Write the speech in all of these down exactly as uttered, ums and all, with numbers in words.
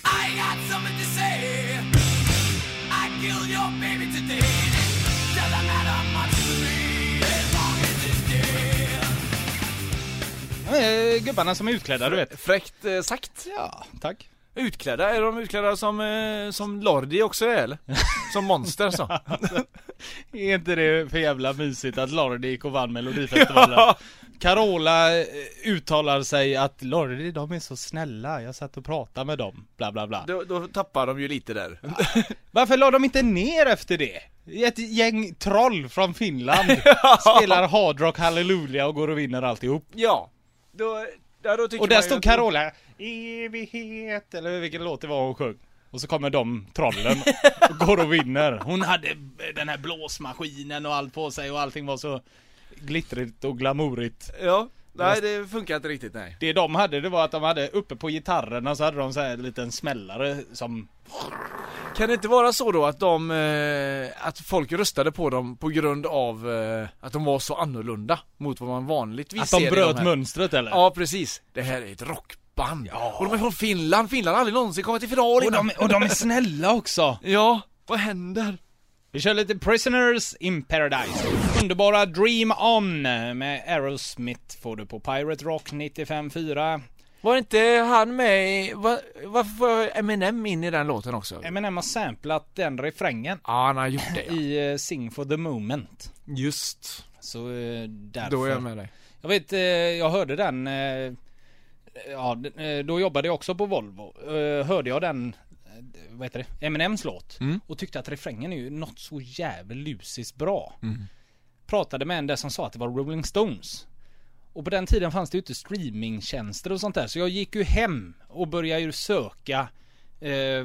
I got something to say. I killed your baby today. Doesn't matter much to me as long as it's dead. Eh, Gubbarna som är utklädda, du vet. Fräckt eh, sagt. Ja, tack. Utklädda? Är de utklädda som, eh, som Lordi också är, eller? Som monster så. Är inte det för jävla mysigt att Lordi gick och vann Melodifestivalen? Ja. Carola uttalar sig att Lordi, de är så snälla. Jag satt och pratade med dem. Bla bla bla. Då, då tappar de ju lite där. Varför la de inte ner efter det? Ett gäng troll från Finland spelar Hard Rock Hallelujah och går och vinner alltihop. Ja. Då, ja då tycker och där man stod att... Carola, evighet, eller vilken låt det var hon sjöng. Och så kommer de trollen och går och vinner. Hon hade den här blåsmaskinen och allt på sig och allting var så glittrigt och glamourigt. Ja, nej det funkar inte riktigt, nej. Det de hade, det var att de hade uppe på gitarrerna så hade de så här en liten smällare som... Kan det inte vara så då att de eh, att folk röstade på dem på grund av eh, att de var så annorlunda mot vad man vanligtvis ser? Att de i bröt de här. mönstret eller? Ja, precis. Det här är ett rockband. Ja. Och de är från Finland. Finland har aldrig någonsin kommit till final. Och de, och de är snälla också. Ja, vad händer? Vi kör lite Prisoners in Paradise. Underbara Dream On med Aerosmith får du på Pirate Rock nittiofem fyra. Var inte han med i, var, varför var Eminem in i den låten också? Eminem har samplat den refrängen. Ja, han har gjort det, ja. I uh, Sing for the Moment. Just. Så uh, därför. Då är jag med dig. Jag vet, uh, jag hörde den uh, ja, uh, då jobbade jag också på Volvo. Uh, hörde jag den uh, vad heter det? Eminems låt. Mm. Och tyckte att refrängen är ju något så jävla lusiskt bra. Mm. Pratade med en där som sa att det var Rolling Stones. Och på den tiden fanns det ju inte streamingtjänster och sånt där. Så jag gick ju hem och började ju söka eh,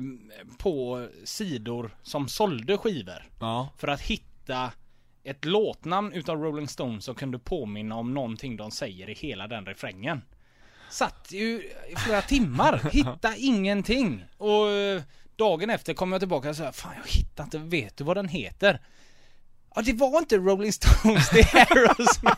på sidor som sålde skivor. Ja. För att hitta ett låtnamn utav Rolling Stones som kunde påminna om någonting de säger i hela den refrängen. Satt ju i flera timmar, hitta ingenting. Och eh, dagen efter kom jag tillbaka och sa, fan jag hittar inte, vet du vad den heter? Ja, det var inte Rolling Stones, det är Aerosmith.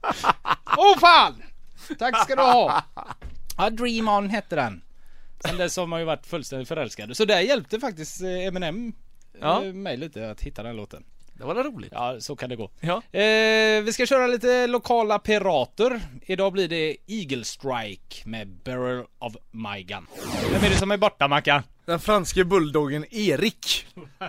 Åh oh, fan! Tack ska du ha. Ja, Dream On hette den. Sen dess har man ju varit fullständigt förälskad. Så där hjälpte faktiskt Eminem ja. mig lite att hitta den låten. Det var roligt. Ja, så kan det gå. Ja. Eh, vi ska köra lite lokala pirater. Idag blir det Eagle Strike med Barrel of My Gun. Vem är det som är borta, Mackan? Den franske bulldoggen Erik.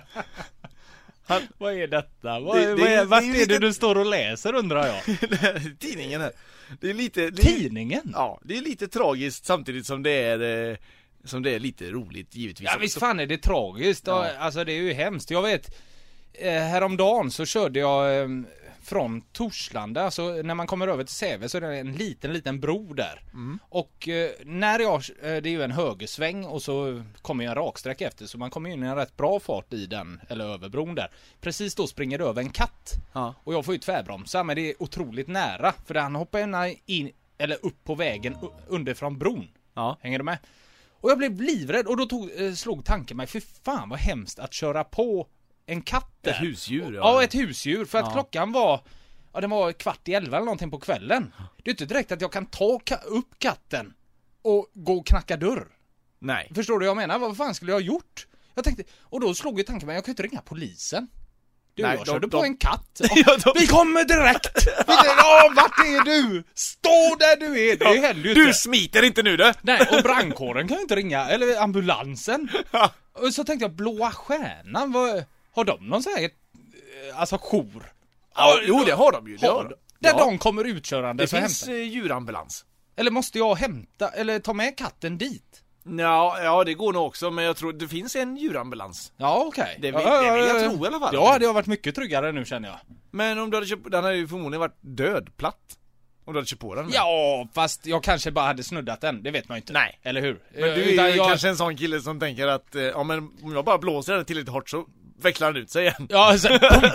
Han, vad är detta? Vad, det, det, vad är, vart det är, är det du står och läser, undrar jag? Tidningen här. Det är lite, det Tidningen? Är, ja, det är lite tragiskt samtidigt som det är som det är lite roligt, givetvis. Ja, visst fan är det tragiskt. Ja. Alltså det är ju hemskt. Jag vet, eh, häromdagen så körde jag eh, från Torslanda. Alltså när man kommer över till Säve så är det en liten, liten bro där. Mm. Och eh, när jag, eh, det är ju en högersväng och så kommer jag en raksträck efter. Så man kommer in i en rätt bra fart i den, eller över bron där. Precis då springer det över en katt. Ja. Och jag får ju tvärbromsa, men det är otroligt nära. För han hoppar in, eller upp på vägen underifrån bron. Ja. Hänger du med? Och jag blev livrädd och då tog, eh, slog tanken mig, för fan vad hemskt att köra på en katt där. Ett husdjur, ja. Ja, ett husdjur. För att ja. klockan var, ja den var kvart i elva eller någonting på kvällen. Det är inte direkt att jag kan ta ka- upp katten och gå och knacka dörr. Nej. Förstår du vad jag menar? Vad fan skulle jag ha gjort? Jag tänkte, och då slog ju tanken mig, jag kan inte ringa polisen. Du, Nej, jag körde de, på de... en katt. Ja, de... Vi kommer direkt! Ja, vart är du? Stå där du är! Det ja, händer ju du inte. smiter inte nu då? Nej, och brandkåren kan ju inte ringa. Eller ambulansen. Ja. Och så tänkte jag, Blåa Stjärnan, vad... har de någon sån här, alltså jour? Ja, jo det har de ju. Det har de. Där ja. de kommer utkörande. Det finns hämta. djurambulans. Eller måste jag hämta, eller ta med katten dit? Ja, ja, det går nog också, men jag tror det finns en djurambulans. Ja, okej. Okay. Det, det, det vill jag tro i alla fall. Ja, det har varit mycket tryggare nu, känner jag. Men om du hade köpt, den hade ju förmodligen varit död, platt. Om du hade köpt på den. Ja, fast jag kanske bara hade snuddat den, det vet man ju inte. Nej. Eller hur? Men du är ju jag... kanske en sån kille som tänker att, ja men om jag bara blåser den tillräckligt hårt så vecklar den ut sig igen. Ja, så,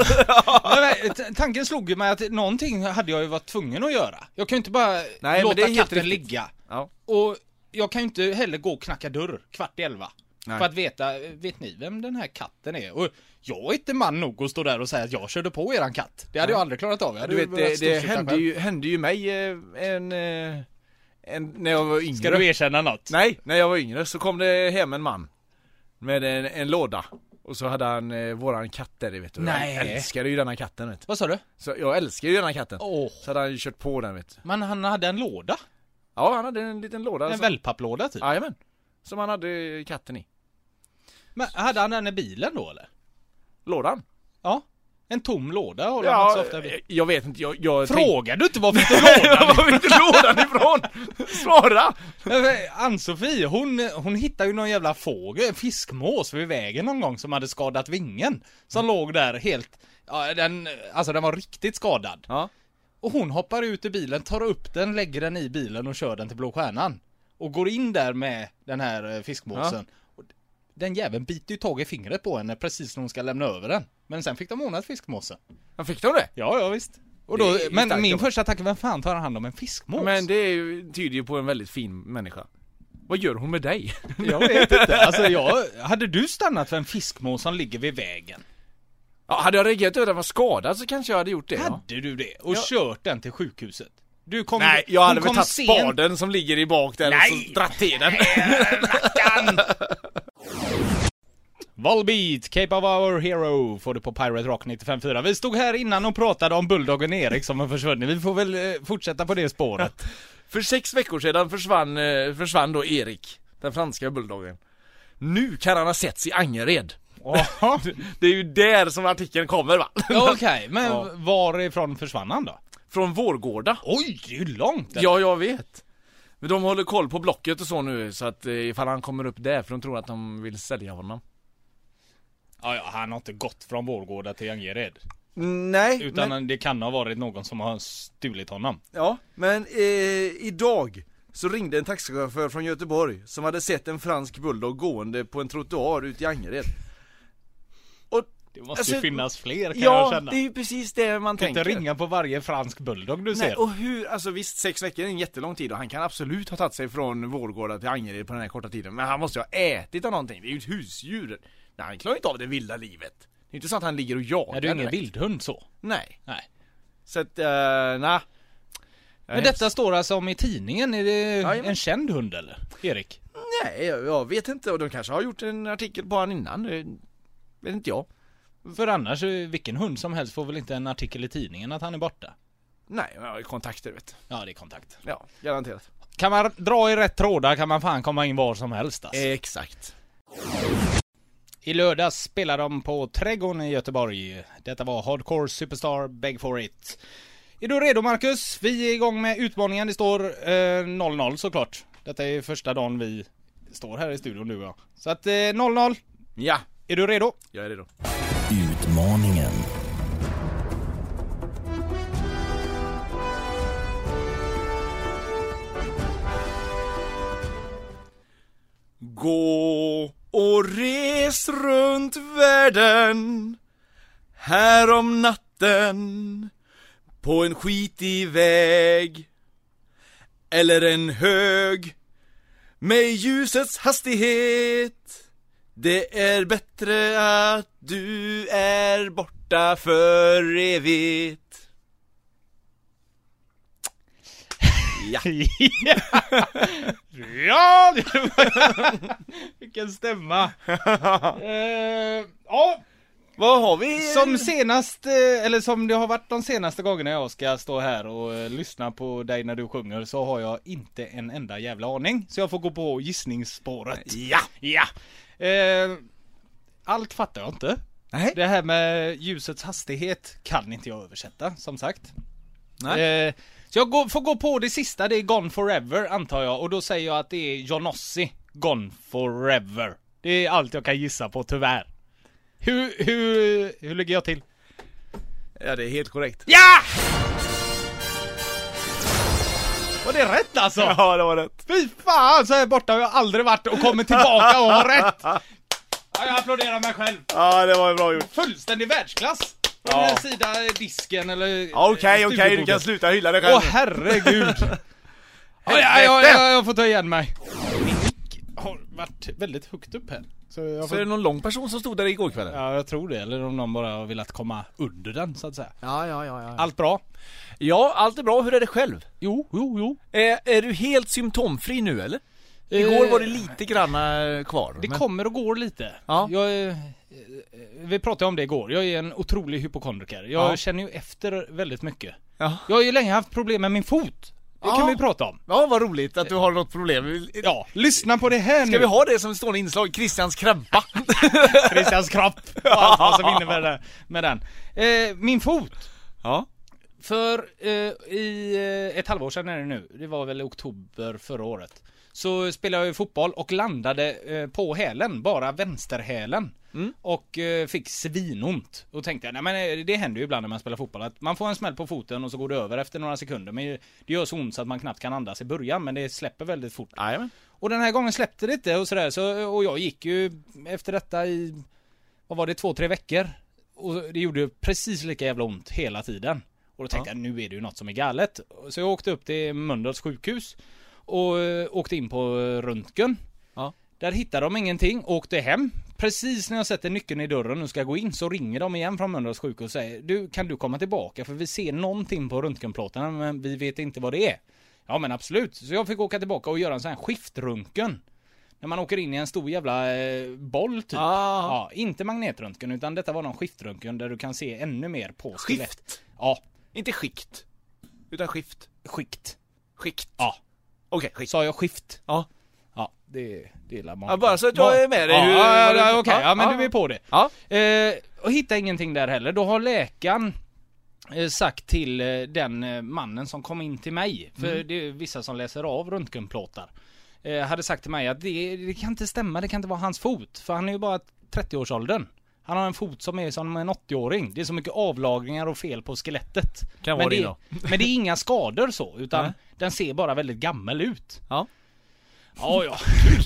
men, t- tanken slog ju mig att någonting hade jag ju varit tvungen att göra. Jag kan ju inte bara Nej, låta katten riktigt. ligga. Ja. Och jag kan ju inte heller gå och knacka dörr kvart i elva. Nej. För att veta, vet ni vem den här katten är? Och jag är inte man nog att stå där och säga att jag körde på eran katt. Det hade Nej. jag aldrig klarat av. Jag du vet, det, det hände, ju, hände ju mig en, en, när jag var yngre. Ska du erkänna något? Nej, när jag var yngre så kom det hem en man med en, en låda. Och så hade han eh, våran katt där, vet du. Nej. Jag älskar ju denna katten, vet du. Vad sa du? Så jag älskar ju denna katten. Åh. Så hade han ju kört på den, vet du. Men han hade en låda? Ja, han hade en liten låda. En alltså. wellpapplåda typ? Jajamän. Som han hade katten i. Men hade han den i bilen då eller? Lådan? Ja. En tom låda har de Ja, så ofta. jag vet inte. Jag, jag Frågar du inte vad fick du lådan? Var fick du lådan ifrån? Svara! Ann-Sofie, hon, hon hittade ju någon jävla fågel, en fiskmås vid vägen någon gång som hade skadat vingen. Som låg där helt, ja, den, alltså den var riktigt skadad. Ja. Och hon hoppar ut i bilen, tar upp den, lägger den i bilen och kör den till Blå Stjärnan. Och går in där med den här fiskmåsen. Ja. Och den jäveln biter ju tag i fingret på henne precis när hon ska lämna över den. Men sen fick de ordna ett fiskmåse. Ja, fick de det? Ja, ja visst. Och då, men starkt, min då. första tanke, vem fan tar hand om en fiskmås? Men det är ju, tyder ju på en väldigt fin människa. Vad gör hon med dig? Jag vet inte. Alltså jag, hade du stannat för en fiskmås som ligger vid vägen? Ja, hade jag reagerat över att den var skadad så kanske jag hade gjort det. Hade ja. du det? Och ja. kört den till sjukhuset? Du kom, Nej, jag hade väl tagit sen... spaden som ligger i bak där. Nej. Och så dratt till den. Volbeat, Cape of Our Hero får du på Pirate Rock nittiofem fyra. Vi stod här innan och pratade om Bulldoggen Erik som har försvunnit. Vi får väl eh, fortsätta på det spåret. För sex veckor sedan försvann, eh, försvann då Erik, den franska bulldoggen. Nu kan han ha setts i Angered. Oha. Det är ju där som artikeln kommer, va? Okej, okay, men ja. varifrån försvann han då? Från Vårgårda. Oj, det är ju långt där. Ja, jag vet. Men de håller koll på blocket och så nu. Så att eh, ifall han kommer upp där, för de tror att de vill sälja honom. Ja, ja, han har inte gått från Vårgårda till Angered. Nej. Utan men... det kan ha varit någon som har stulit honom. Ja, men eh, idag så ringde en taxichaufför från Göteborg som hade sett en fransk bulldog gående på en trottoar ute i Angered. Och det måste alltså, ju finnas fler, kan ja, jag känna. Ja, det är ju precis det man kan tänker. Inte ringa på varje fransk bulldog du Nej, ser. och hur, alltså visst, sex veckor är en jättelång tid och han kan absolut ha tagit sig från Vårgårda till Angered på den här korta tiden. Men han måste ju ha ätit av någonting, det är ju ett husdjur. Nej, han klarar inte av det vilda livet. Det är inte så att han ligger och jagar. Är du ingen vildhund så? Nej. Nej. Så att, uh, nej. Men detta står alltså om i tidningen, är det ja, en känd hund eller? Erik? Nej, jag, jag vet inte. Och de kanske har gjort en artikel på han innan. Det vet inte jag. För annars, vilken hund som helst får väl inte en artikel i tidningen att han är borta? Nej, jag har kontakter, vet. Ja, det är kontakt. Ja, garanterat. Kan man dra i rätt trådar kan man fan komma in var som helst alltså. Exakt. I lördags spelade de på Trädgården i Göteborg. Detta var Hardcore Superstar Beg for It. Är du redo, Marcus? Vi är igång med utmaningen. Det står eh, noll noll såklart. Detta är första dagen vi står här i studion nu. Ja. Så att eh, noll noll. Ja. Är du redo? Jag är redo. Utmaningen. Gå och res runt världen här om natten på en skitig väg eller en hög med ljusets hastighet. Det är bättre att du är borta för evigt. Ja. Ja, det var... vilken stämma. uh, ja. Vad har vi? Som senast, eller som det har varit de senaste gångerna jag ska stå här och uh, lyssna på dig när du sjunger, så har jag inte en enda jävla aning. Så jag får gå på gissningsspåret. Ja. Ja. Uh, allt fattar jag inte. Nej. Det här med ljusets hastighet kan inte jag översätta, som sagt. Nej. Uh, Så jag går, får gå på det sista, det är Gone Forever antar jag. Och då säger jag att det är Johnossi, Gone Forever. Det är allt jag kan gissa på, tyvärr. Hur, hur, hur ligger jag till? Ja, det är helt korrekt. Ja! Var det rätt alltså? Ja, det var rätt. Fy fan, så här borta har jag aldrig varit och kommit tillbaka och har rätt. Ja, jag applåderar mig själv. Ja, det var bra gjort. Fullständig världsklass. På Ja. den sida disken eller... Okej, okej, du kan sluta hylla dig själv. Åh herregud. Ja, ja, ja, ja, jag får ta igen mig. Min mick har varit väldigt högt upp här. Så, jag Så får... är det någon lång person som stod där igår kväll? Ja, jag tror det. Eller om någon bara har velat komma under den, så att säga. Ja, ja, ja, ja. Allt bra? Ja, allt är bra. Hur är det själv? Jo, jo, jo. Är, är du helt symptomfri nu, eller? Igår var det lite granna kvar. Det men... kommer och går lite. Ja. Jag är, vi pratade om det igår. Jag är en otrolig hypokondriker. Jag Ja. känner ju efter väldigt mycket. Ja. Jag har ju länge haft problem med min fot. Det Ja. kan vi prata om. Ja, vad roligt att du har något problem. Ja, lyssna på det här nu. Ska vi ha det som står i inslag? Christians krabba. Christians kropp och allt vad som innebär det med den. Eh, min fot. Ja. För eh, i eh, ett halvår sedan är det nu. Det var väl i oktober förra året. Så spelade jag ju fotboll och landade eh, på hälen, bara vänsterhälen. Mm. Och eh, fick svinont. Och tänkte jag, nej men det händer ju ibland när man spelar fotboll att man får en smäll på foten och så går det över efter några sekunder. Men det gör så ont så att man knappt kan andas i början, men det släpper väldigt fort. Jajamän. Och den här gången släppte det inte och sådär. Så, och jag gick ju efter detta i, vad var det, två, tre veckor. Och det gjorde precis lika jävla ont hela tiden. Och då tänkte Ja. jag, nu är det ju något som är galet. Så jag åkte upp till Mölndals sjukhus och uh, åkte in på röntgen. Ja. Där hittade de ingenting, åkte hem. Precis när jag sätter nyckeln i dörren och ska gå in så ringer de igen från Mölndals sjukhus och säger, du, kan du komma tillbaka för vi ser någonting på röntgenplåtarna men vi vet inte vad det är. Ja men absolut, så jag fick åka tillbaka och göra en sån här skiftröntgen. När man åker in i en stor jävla eh, boll typ. Ah. Ja, inte magnetröntgen utan detta var någon skiftröntgen där du kan se ännu mer på skelett. Skift? Ja, Inte skikt. Utan skift. skikt. Skikt. Ja, Okej, skikt. sa jag skift? Ja. Ja, det, det är la Ja, bara så att jag är med dig. Ja, Hur- ja, vad ja, du- okej, ja, ja, men ja. du är på det. Ja. Eh, och hitta ingenting där heller. Då har läkaren eh, sagt till eh, den eh, mannen som kom in till mig, för Mm. det är vissa som läser av röntgenplåtar, eh, hade sagt till mig att det, det kan inte stämma, det kan inte vara hans fot, för han är ju bara trettio-årsåldern. Han har en fot som är som en åttio-åring. Det är så mycket avlagringar och fel på skelettet. Kan men, vara det det, då. men det är inga skador så, utan Nej. den ser bara väldigt gammal ut. Ja. Ja, ja.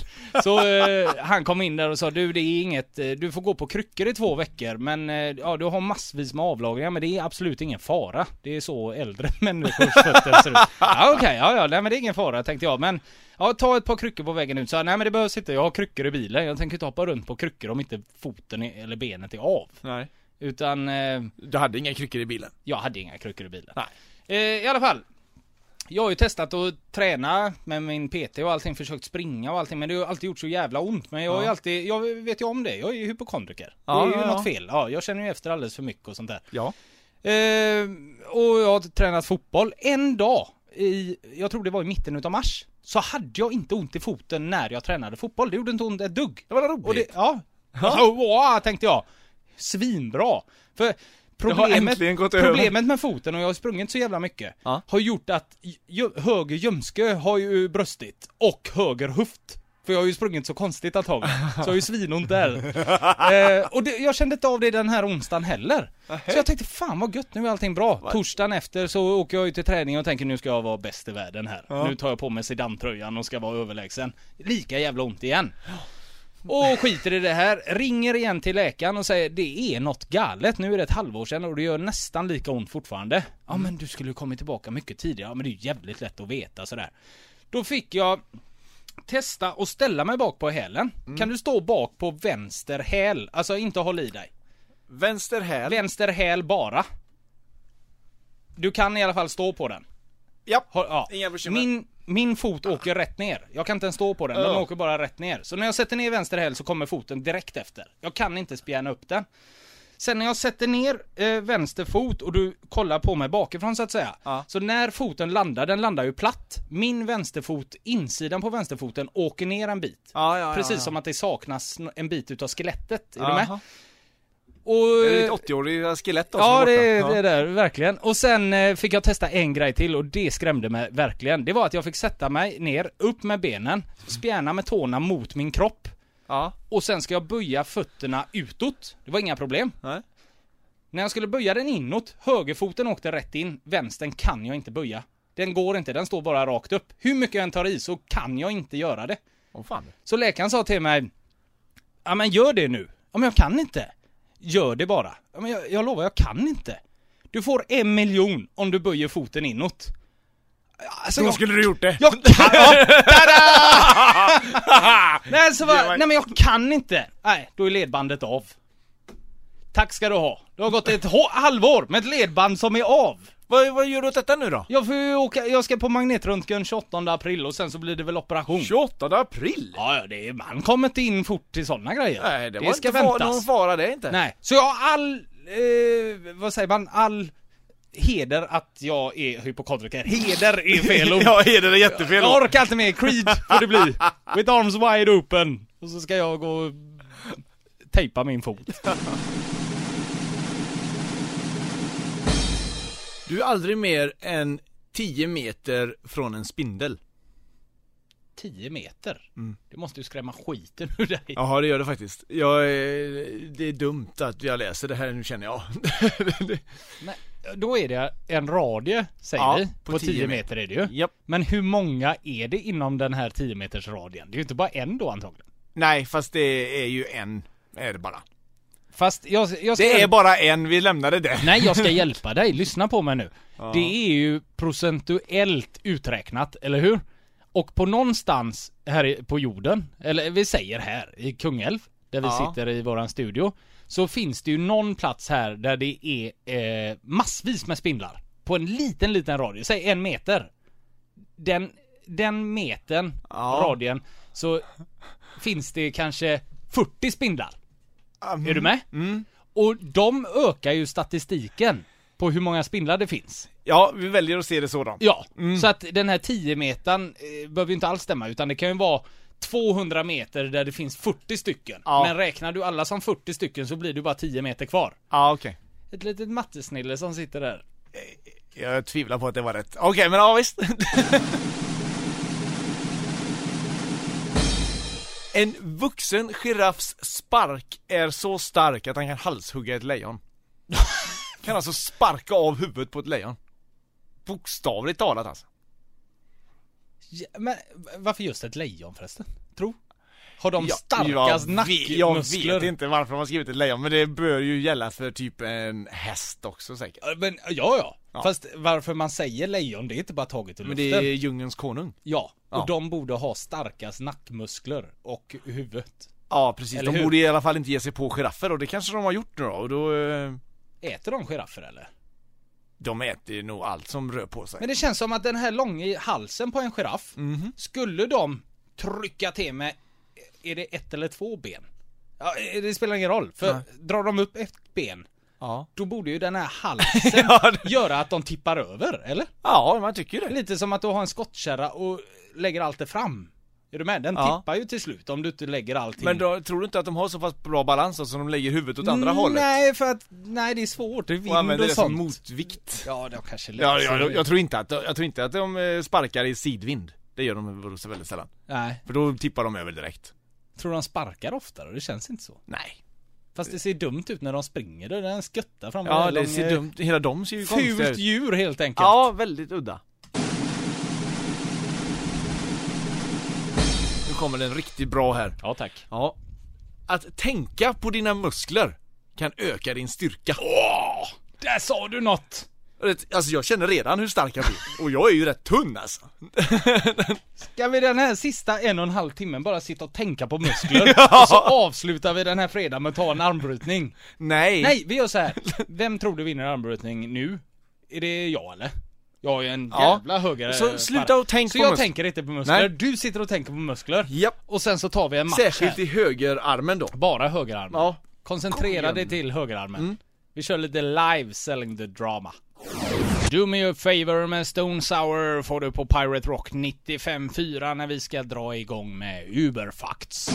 Så eh, han kom in där och sa, du det är inget, eh, du får gå på kryckor i två veckor, men eh, ja, du har massvis med avlagringar, men det är absolut ingen fara. Det är så äldre människors fötter ser ut. Ja, okej, okay, ja, ja, nej men det är ingen fara, tänkte jag, men ja, ta ett par kryckor på vägen ut. Så nej men det behövs inte, jag har kryckor i bilen. Jag tänker inte hoppa runt på kryckor om inte foten är, eller benet är av. Nej. Utan eh, Du hade inga kryckor i bilen? jag hade inga kryckor i bilen. Nej. Eh, I alla fall. Jag har ju testat att träna med min P T och allting, försökt springa och allting, men det har alltid gjort så jävla ont. Men jag har ju Ja. alltid, jag vet ju om det, jag är ju hypokondriker. Ja, det är ju ja, ja. något fel. Ja, jag känner ju efter alldeles för mycket och sånt där. Ja. Eh, och jag har tränat fotboll. En dag, i, jag tror det var i mitten utav mars, så hade jag inte ont i foten när jag tränade fotboll. Det gjorde inte ont ett dugg. Det var roligt. Och det, ja, ja. Wow, tänkte jag. Svinbra. För har problemet, äntligen gått över. problemet med foten, och jag har sprungit så jävla mycket, Ja. har gjort att jö, höger ljumske har ju bröstit och höger höft. För jag har ju sprungit så konstigt att tag. Så jag har ju svinont där. eh, och det, jag kände inte av det den här onsdagen heller. Så jag tänkte, fan vad gött, nu är allting bra. Va? Torsdagen efter så åker jag ut till träning och tänker, nu ska jag vara bäst i världen här. Ja. Nu tar jag på mig sedantröjan och ska vara överlägsen. Lika jävla ont igen. Och skiter i det här, ringer igen till läkaren och säger, det är något galet, nu är det ett halvår sedan och det gör nästan lika ont fortfarande. Ja men du skulle ju kommit tillbaka mycket tidigare, ja, men det är ju jävligt lätt att veta sådär. Då fick jag testa och ställa mig bak på hälen. Mm. Kan du stå bak på vänster häl, alltså inte håll i dig. Vänster häl. Vänster häl bara. Du kan i alla fall stå på den. Ja. Håll, ja. Inga bekymmer. Min, min fot åker rätt ner. Jag kan inte ens stå på den, den Ja. åker bara rätt ner. Så när jag sätter ner vänster häl så kommer foten direkt efter. Jag kan inte spjärna upp den. Sen när jag sätter ner eh, vänster fot och du kollar på mig bakifrån så att säga. Ja. Så när foten landar, den landar ju platt. Min vänsterfot, insidan på vänsterfoten åker ner en bit. Ja, ja, ja, Precis ja. som att det saknas en bit utav skelettet. Är du Aha. med? Och, Är det ett åttio-åriga skelett då som ja, är det borta? är det där, verkligen. Och sen eh, fick jag testa en grej till och det skrämde mig verkligen. Det var att jag fick sätta mig ner, upp med benen, spjärna med tårna mot min kropp. Ja. Och sen ska jag böja fötterna utåt. Det var inga problem. Nej. När jag skulle böja den inåt, högerfoten åkte rätt in, vänstern kan jag inte böja. Den går inte, den står bara rakt upp. Hur mycket jag än tar i så kan jag inte göra det. Åh fan. Så läkaren sa till mig, ja men gör det nu. Ja men jag kan inte. Gör det bara. Ja, men jag, jag lovar, jag kan inte. Du får en miljon om du böjer foten inåt. Alltså, Då jag, skulle du gjort det. jag kan! Ja, tada! Nej, så va, Det var- nej men jag kan inte. Nej, då är ledbandet av. Tack ska du ha. Det har gått ett ho- halvår med ett ledband som är av. Vad, vad gör du åt detta nu då? Jag får ju åka, jag ska på magnetröntgen tjugoåttonde april och sen så blir det väl operation. tjugoåttonde april? Ja, ja, det är, man kommer inte in fort till sådana grejer. Nej, det, det var ska inte fa- väntas. någon fara det inte. Nej, så jag har all, eh, vad säger man, all heder att jag är hypokondriker. Heder är fel ord. Ja, är det jättefel? Jag orkar inte mer, Creed får det bli. With arms wide open. Och så ska jag gå och tejpa min fot. Du är aldrig mer än tio meter från en spindel. tio meter? Mm. Det måste ju skrämma skiten ur dig. Jaha, det gör det faktiskt. Jag, är- det är dumt att jag läser det här nu, känner jag. Men, då är det en radie, säger Ja, vi. på På tio tio meter är det ju. Japp. Men hur många är det inom den här tio meters radien? Det är ju inte bara en då antagligen. Nej, fast det är ju en. Är det bara. Fast jag, jag ska... Det är bara en, vi lämnade det. Nej, jag ska hjälpa dig. Lyssna på mig nu. Ja. Det är ju procentuellt uträknat, eller hur? Och på någonstans här i- på jorden, eller vi säger här i Kungälv, där vi Ja. sitter i våran studio, så finns det ju någon plats här där det är eh, massvis med spindlar. På en liten, liten radie. Säg en meter. Den, den metern, Ja. radien, så finns det kanske fyrtio spindlar. Mm. Är du med? Mm. Och de ökar ju statistiken på hur många spindlar det finns. Ja, vi väljer att se det så då. Ja, Mm. så att den här tio metern eh, behöver ju inte alls stämma, utan det kan ju vara tvåhundra meter där det finns fyrtio stycken. Ja. Men räknar du alla som fyrtio stycken så blir det bara tio meter kvar. Ja, okej. Ett litet mattesnille som sitter där. Jag tvivlar på att det var rätt. Okej, men ja, visst. En vuxen giraffs spark är så stark att han kan halshugga ett lejon. Kan alltså sparka av huvudet på ett lejon. Bokstavligt talat alltså. Ja, men varför just ett lejon förresten? Tro? Har de Ja, starkast jag vet- nackmuskler? Jag vet inte varför de har skrivit ett lejon, men det bör ju gälla för typ en häst också säkert. Ja, Men, ja, ja, Ja. Fast varför man säger lejon, det är inte bara taget ur Men luften. det är djungelns konung. Ja, och Ja. de borde ha starkast nackmuskler och huvudet. Ja, precis. Eller De hur? borde i alla fall inte ge sig på giraffer, och det kanske de har gjort nu då. Och då eh, Äter de giraffer eller? de äter ju nog allt som rör på sig. Men det känns som att den här långa halsen på en giraff, Mhm. skulle de trycka till med, är det ett eller två ben? Ja, det spelar ingen roll, för Nej. drar de upp ett ben, Ja. då borde ju den här halsen Ja, det- göra att de tippar över, eller? Ja, man tycker det. Lite som att du har en skottkärra och lägger allt det fram. Är du med? Den Ja. tippar ju till slut om du inte lägger allting. Men då, tror du inte att de har så pass bra balans så de lägger huvudet åt andra hållet? Nej, för att, nej det är svårt, det är vind Och använder och det som sånt. motvikt. Ja, de kanske Ja, löser jag, det. jag, tror inte att, jag tror inte att de eh, sparkar i sidvind. Det gör de så väldigt sällan. Nej, För då tippar de över direkt. tror de sparkar oftare? Det känns inte så. Nej. Fast det ser dumt ut när de springer, där den skuttar fram. Ja, en det lång, ser eh, dumt. Hela de ser ju konstiga Fult ut. djur helt enkelt. Ja, väldigt udda. Nu kommer den riktigt bra här. Ja, tack. Ja. Att tänka på dina muskler kan öka din styrka. Åh, där sa du något. Alltså jag känner redan hur stark jag blir. Och jag är ju rätt tunn alltså. Ska vi den här sista en och en halv timmen bara sitta och tänka på muskler? Och så avslutar vi den här fredagen med att ta en armbrytning. Nej. Nej, vi gör så här. Vem tror du vinner armbrytning nu? Är det jag eller? Jag är en Ja. jävla högre. Så sluta och tänk Så på jag muskler. tänker inte på muskler. Nej. Du sitter och tänker på muskler. Japp. Och sen så tar vi en match Särskilt här. i högerarmen då. Bara högerarmen. Ja. Koncentrera Kom dig igen. till högerarmen. Mm. Vi kör lite live selling the drama. Do me a favor med Stone Sour får du på Pirate Rock nittiofem fyra när vi ska dra igång med Uberfacts.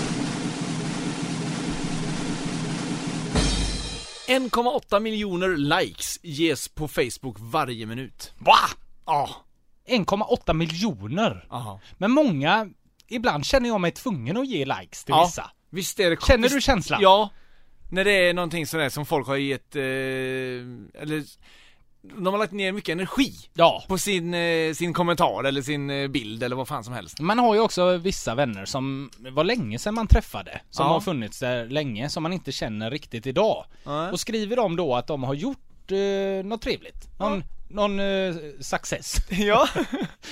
en komma åtta miljoner likes ges på Facebook varje minut. Va? Ja. en komma åtta miljoner. Aha. Men många, ibland känner jag mig tvungen att ge likes till Ja. vissa. Visst är det. Känner visst, du känslan? Ja. När det är någonting sådär som folk har gett eh, eller de har lagt ner mycket energi Ja. på sin, eh, sin kommentar eller sin eh, bild eller vad fan som helst. Man har ju också vissa vänner som var länge sedan man träffade. Som Ja. har funnits där länge, som man inte känner riktigt idag. Nej. Och skriver de då att de har gjort eh, något trevligt. Någon, någon eh, success. Ja.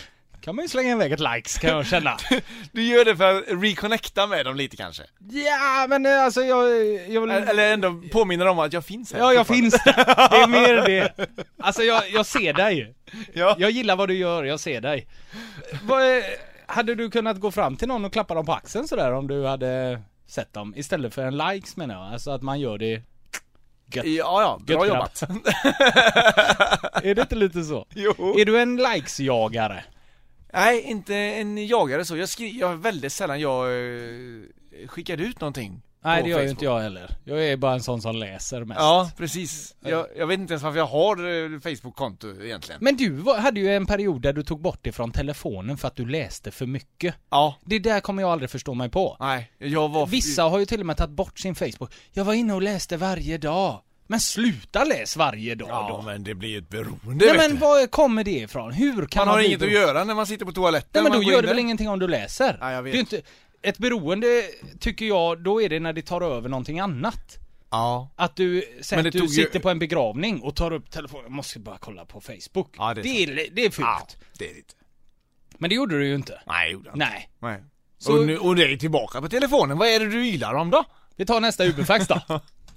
kan man ju slänga iväg ett likes, kan jag känna. Du gör det för att reconnecta med dem lite kanske. Ja, men eh, alltså jag... jag vill... Eller ändå påminner om att jag finns här. Ja, jag finns där. Det är mer det. Alltså jag, jag ser dig. Ja. Jag gillar vad du gör, jag ser dig. Vad, är- hade du kunnat gå fram till någon och klappa dem på axeln sådär om du hade sett dem? Istället för en likes, menar jag. Alltså att man gör det gött. Ja, ja, bra Gött jobbat. Är det inte lite så? Jo. Är du en likes-jagare? Nej, inte en jagare så. Jag skriver jag väldigt sällan jag uh, skickar ut någonting. Nej, på det gör ju Facebook. inte jag heller. Jag är bara en sån som läser mest. Ja, precis. Jag, jag vet inte ens varför jag har uh, Facebook-konto egentligen. Men du var- hade ju en period där du tog bort ifrån telefonen för att du läste för mycket. Ja, Det där kommer jag aldrig förstå mig på. nej, jag var... Vissa har ju till och med tagit bort sin Facebook. Jag var inne och läste varje dag. Men sluta läs varje dag Ja, då. men det blir ju ett beroende, Nej, vet men du. var kommer det ifrån? Hur kan Man har bli inget att bero- göra när man sitter på toaletten. Nej, men man då går gör in det väl där. ingenting om du läser? Ja, jag vet. Det är ju inte... Ett beroende, tycker jag, då är det när det tar över någonting annat. Ja. Att du, säg Men det att du tog ju- sitter på en begravning och tar upp telefonen. Jag måste bara kolla på Facebook. Ja, det är det, är, det är fult. Ja, det är det inte. Men det gjorde du ju inte. Nej, det gjorde jag inte. Nej. Nej. Så- Och, nu, och det är tillbaka på telefonen. Vad är det du ylar om då? Vi tar nästa Uberfax då.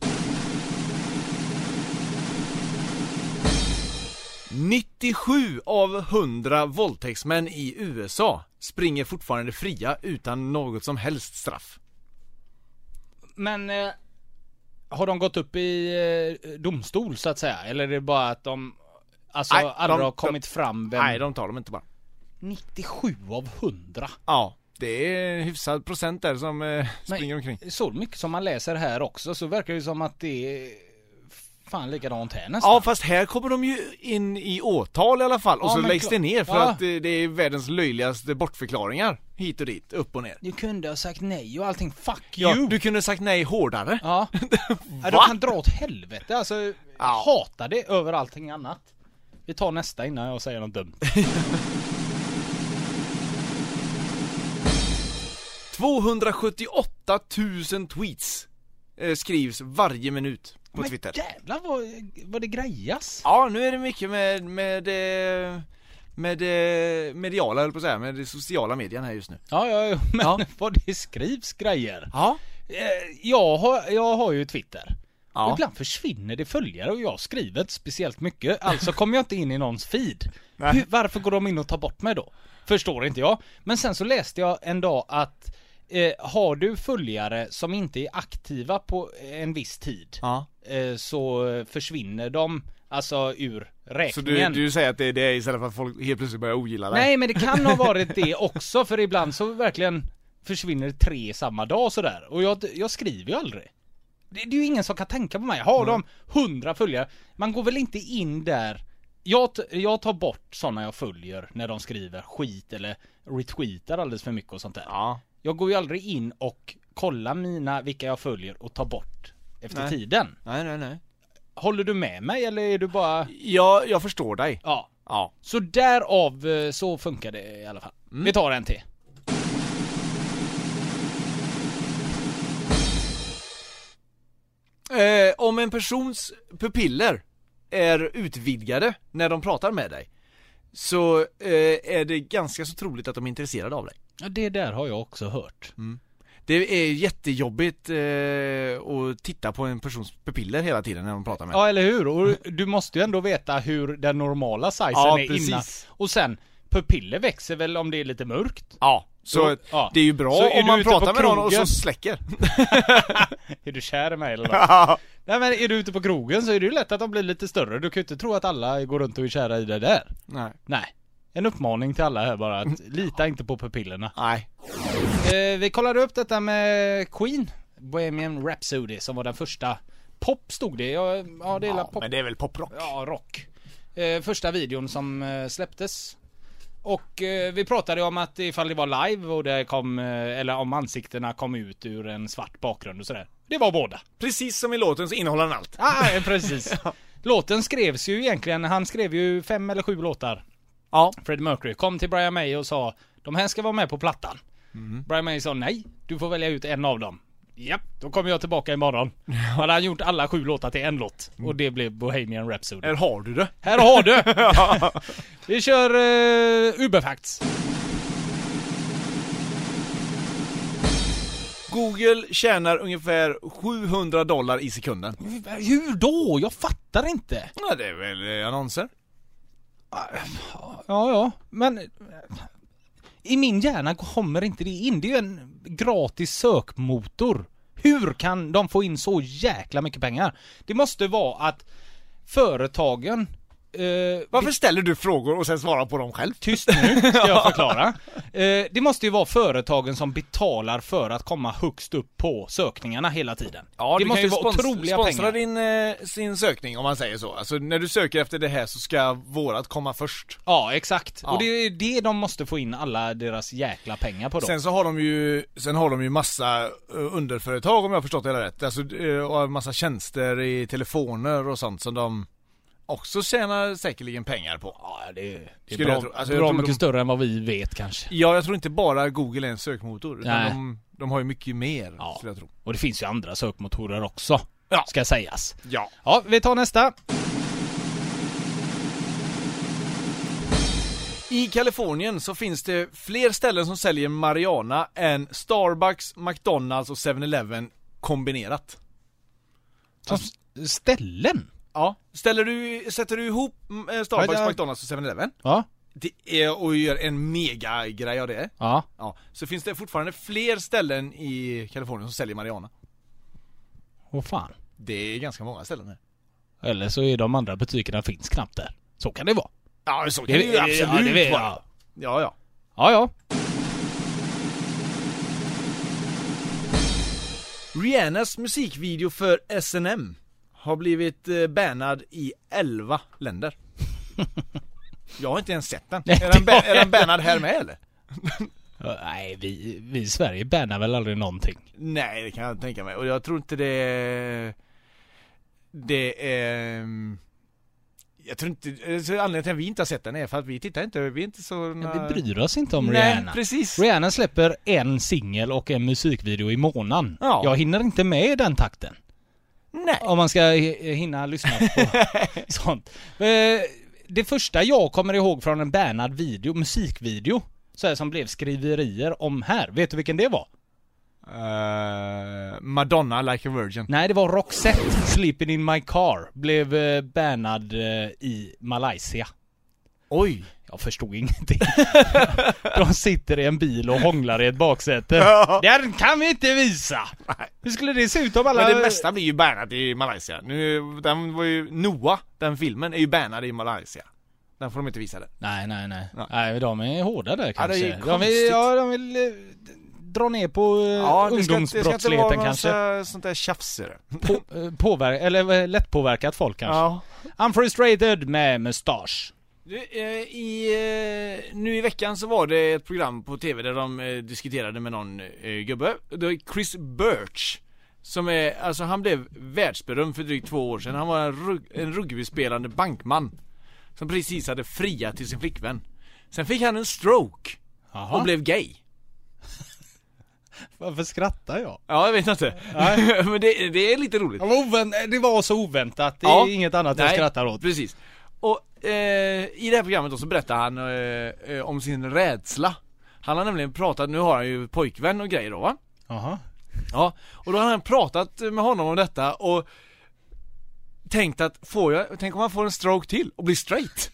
nittiosju av hundra våldtäktsmän i U S A springer fortfarande fria utan något som helst straff. Men eh, har de gått upp i eh, domstol så att säga? Eller är det bara att de alltså Nej, aldrig de- har kommit fram vem... Nej, de tar dem inte bara. nittiosju av hundra. Ja, det är en hyfsad procent där som eh, springer omkring. Så mycket som man läser här också så verkar det som att det är fan likadant här nästan. Ja, fast här kommer de ju in i åtal i alla fall. Och Ja, så men läggs klart. det ner för Ja. att det, det är världens löjligaste bortförklaringar. Hit och dit, upp och ner. Du kunde ha sagt nej och allting. Fuck Ja, you. du kunde sagt nej hårdare. Ja. Ja, du Va? kan dra åt helvete. Alltså, jag Ja. hatar det över allting annat. Vi tar nästa innan jag säger något dumt. tvåhundrasjuttioåtta tusen tweets eh, skrivs varje minut på Men Twitter. jävlar vad, vad det grejas. Ja, nu är det mycket med med eh, med eh, mediala, eller på att säga, med de sociala medierna här just nu. Ja, ja, ja, men Ja. vad det skrivs grejer. Ja. Eh, Jag har, jag har ju Twitter. Ja. Och ibland försvinner det följare och jag skriver inte speciellt mycket. Alltså kommer jag inte in i någons feed. Nej. Hur, varför går de in och tar bort mig då? Förstår inte jag. Men sen så läste jag en dag att eh, har du följare som inte är aktiva på en viss tid Ja. eh, så försvinner de alltså ur Så räkningen. du, du säger att det är det istället för att folk helt plötsligt börjar ogilla dig? Nej, men det kan ha varit det också, för ibland så verkligen försvinner tre samma dag sådär. Och jag, jag skriver ju aldrig. Det, det är ju ingen som kan tänka på mig. Har Mm. de hundra följare, man går väl inte in där. Jag, t- jag tar bort sådana jag följer när de skriver skit eller retweetar alldeles för mycket och sånt där. Ja. Jag går ju aldrig in och kollar mina, vilka jag följer och tar bort efter Nej. tiden. Nej, nej, nej. Håller du med mig eller är du bara... Jag, jag förstår dig. Ja. Ja. Så därav eh, så funkar det i alla fall. Vi tar en till. Eh, om en persons pupiller är utvidgade när de pratar med dig, så eh, är det ganska så troligt att de är intresserade av dig. Ja, det där har jag också hört. Det är jättejobbigt eh, att titta på en persons pupiller hela tiden när de pratar med dig. Ja, eller hur? Och du måste ju ändå veta hur den normala sizen Ja, är precis. innan. Och sen, pupiller växer väl om det är lite mörkt? Ja, så Då- ja. det är ju bra Så är om du man ute pratar på med någon och så krogen? släcker. Är du kär i mig eller något? Ja. Nej, men är du ute på krogen så är det ju lätt att de blir lite större. Du kan ju inte tro att alla går runt och är kära i det där. Nej. Nej. En uppmaning till alla här bara, att lita inte på pupillerna. Nej. Eh, vi kollade upp detta med Queen, Bohemian Rhapsody, som var den första. Pop stod det, ja, ja det är Ja, pop. men det är väl poprock. Ja, rock. Eh, första videon som eh, släpptes. Och eh, vi pratade om att ifall det var live och det kom, eh, eller om ansiktena kom ut ur en svart bakgrund och sådär. Det var båda. Precis som i låten så innehåller den allt. Ja, ah, precis. Låten skrevs ju egentligen, han skrev ju fem eller sju låtar. Ja. Freddie Mercury kom till Brian May och sa, de här ska vara med på plattan. Mm. Brian May sa nej, du får välja ut en av dem. Japp, då kommer jag tillbaka imorgon. Han har gjort alla sju låtar till en låt. Och det blev Bohemian Rhapsody. Här har du det. Här har du! Vi kör uh, Uberfacts. Google tjänar ungefär sjuhundra dollar i sekunden. Hur då? Jag fattar inte. Ja, det är väl eh, annonser. Ja, ja. Men i min hjärna kommer inte det in. Det är ju en gratis sökmotor. Hur kan de få in så jäkla mycket pengar? Det måste vara att företagen... Uh, Varför ställer du frågor och sen svarar på dem själv? Tyst nu, ska jag förklara. uh, Det måste ju vara företagen som betalar för att komma högst upp på sökningarna hela tiden. Ja, det måste ju vara spons- otroliga sponsra pengar. din, eh, sin sökning om man säger så. Alltså när du söker efter det här så ska vårat komma först. Ja, exakt. Ja. Och det är det de måste få in alla deras jäkla pengar på då. Sen så har de ju Sen har de ju massa uh, underföretag om jag har förstått det rätt. Alltså uh, och massa tjänster i telefoner och sånt som de också tjänar säkerligen pengar på. Ja, det, det är Skulle bra, jag tro. Alltså, jag bra tror mycket de- större än vad vi vet kanske. Ja, jag tror inte bara Google är en sökmotor utan Nej. de, de har ju mycket mer, Ja. skulle jag tro. Och det finns ju andra sökmotorer också, Ja. ska sägas. Ja. Ja, vi tar nästa. I Kalifornien så finns det fler ställen som säljer marijuana än Starbucks, McDonalds och seven eleven kombinerat. Som ställen? Ja. Ställer du, sätter du ihop eh, Starbucks, Ja, ja. McDonalds och seven eleven Ja. det är, och gör en mega grej av det. Ja. Ja. Så finns det fortfarande fler ställen i Kalifornien som säljer marijuana. Vad fan. Det är ganska många ställen här. Eller så är de andra butikerna finns knappt där. Så kan det vara. Ja, så kan Det- det, ju ja, absolut det vet jag. vara. Ja, ja. Ja, ja. Rihannas musikvideo för S and M har blivit eh, bannad i elva länder. Jag har inte ens sett den. Nej, Är den, det ba- har är den bannad här med eller? Ja, nej, vi, vi i Sverige bannar väl aldrig någonting. Nej, det kan jag tänka mig. Och jag tror inte det Det är mm, jag tror inte så anledningen till att vi inte har sett den är för att vi tittar inte, vi är inte så Men vi bryr oss inte om Nej, Rihanna. precis. Rihanna släpper en singel och en musikvideo i månaden. Ja. Jag hinner inte med i den takten. Nej. Om man ska hi- hinna lyssna på sånt. Eh, Det första jag kommer ihåg från en bannad video, musikvideo, så här som blev skriverier om här. Vet du vilken det var? Uh, Madonna Like a Virgin. Nej, det var Roxette, Sleeping in my car, blev eh, bannad eh, i Malaysia. Oj. Jag förstod ingenting. De sitter i en bil och hånglar i ett baksäte. Ja. Den kan vi inte visa! Nej. Hur skulle det se ut om alla... Men det mesta blir ju bannat i Malaysia. Nu, den var ju Noah, den filmen är ju bannad i Malaysia. Den får de inte visa det. Nej, nej, nej. Nej. Nej, de är hårda där Ja, kanske. det är de vill, konstigt. ja, de vill eh, dra ner på eh, Ja, det ska, det ska inte ungdomsbrottsligheten vara någon kanske. så, sånt där tjafs i det. På, eh, påver- eller eh, lättpåverkat folk kanske. Ja. Unfrustrated med mustasch. Du, eh, i, eh, nu i veckan så var det ett program på tv där de eh, diskuterade med någon eh, gubbe. Det var Chris Birch. Som är, alltså han blev världsberömd för drygt två år sedan. Han var en, rug- en rugbyspelande bankman. Som precis hade friat till sin flickvän. Sen fick han en stroke. Jaha. Och blev gay. Varför skrattar jag? Ja, jag vet inte. Men det, det är lite roligt. Det var, ovänt- det var så oväntat. Det är Ja. inget annat jag Nej, skrattar åt. Precis. Och eh, i det här programmet då så berättar han eh, eh, om sin rädsla. Han har nämligen pratat, nu har han ju pojkvän och grejer då va? Jaha. Ja, och då har han pratat med honom om detta och tänkt att får jag, tänk om han får en stroke till och blir straight.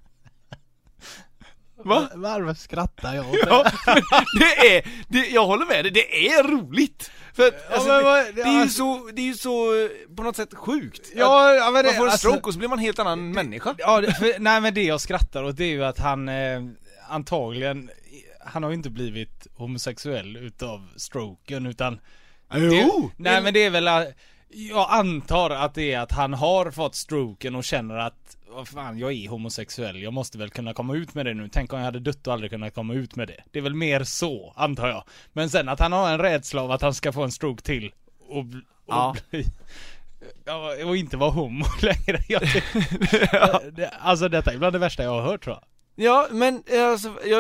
Va? Varför skrattar jag åt Ja, men det är, det, jag håller med dig, det är roligt. För att, alltså, men det, vad- det är ju så, det är ju så eh, på något sätt sjukt. Ja, ja, men Att det, man får en alltså- stroke och så blir man en helt annan människa. Ja, det, för, nej men det jag skrattar åt det är ju att han eh, antagligen, han har ju inte blivit homosexuell utav stroken utan det, nej men det är väl, eh, jag antar att det är att han har fått stroken och känner att vad fan, jag är homosexuell, jag måste väl kunna komma ut med det nu. Tänk om jag hade dött och aldrig kunnat komma ut med det. Det är väl mer så, antar jag. Men sen att han har en rädsla av att han ska få en stroke till och, bl- och Ja. bli, ja, och inte vara homo längre. Jag, det, alltså detta är bland det värsta jag har hört, tror jag. Ja, men alltså, jag,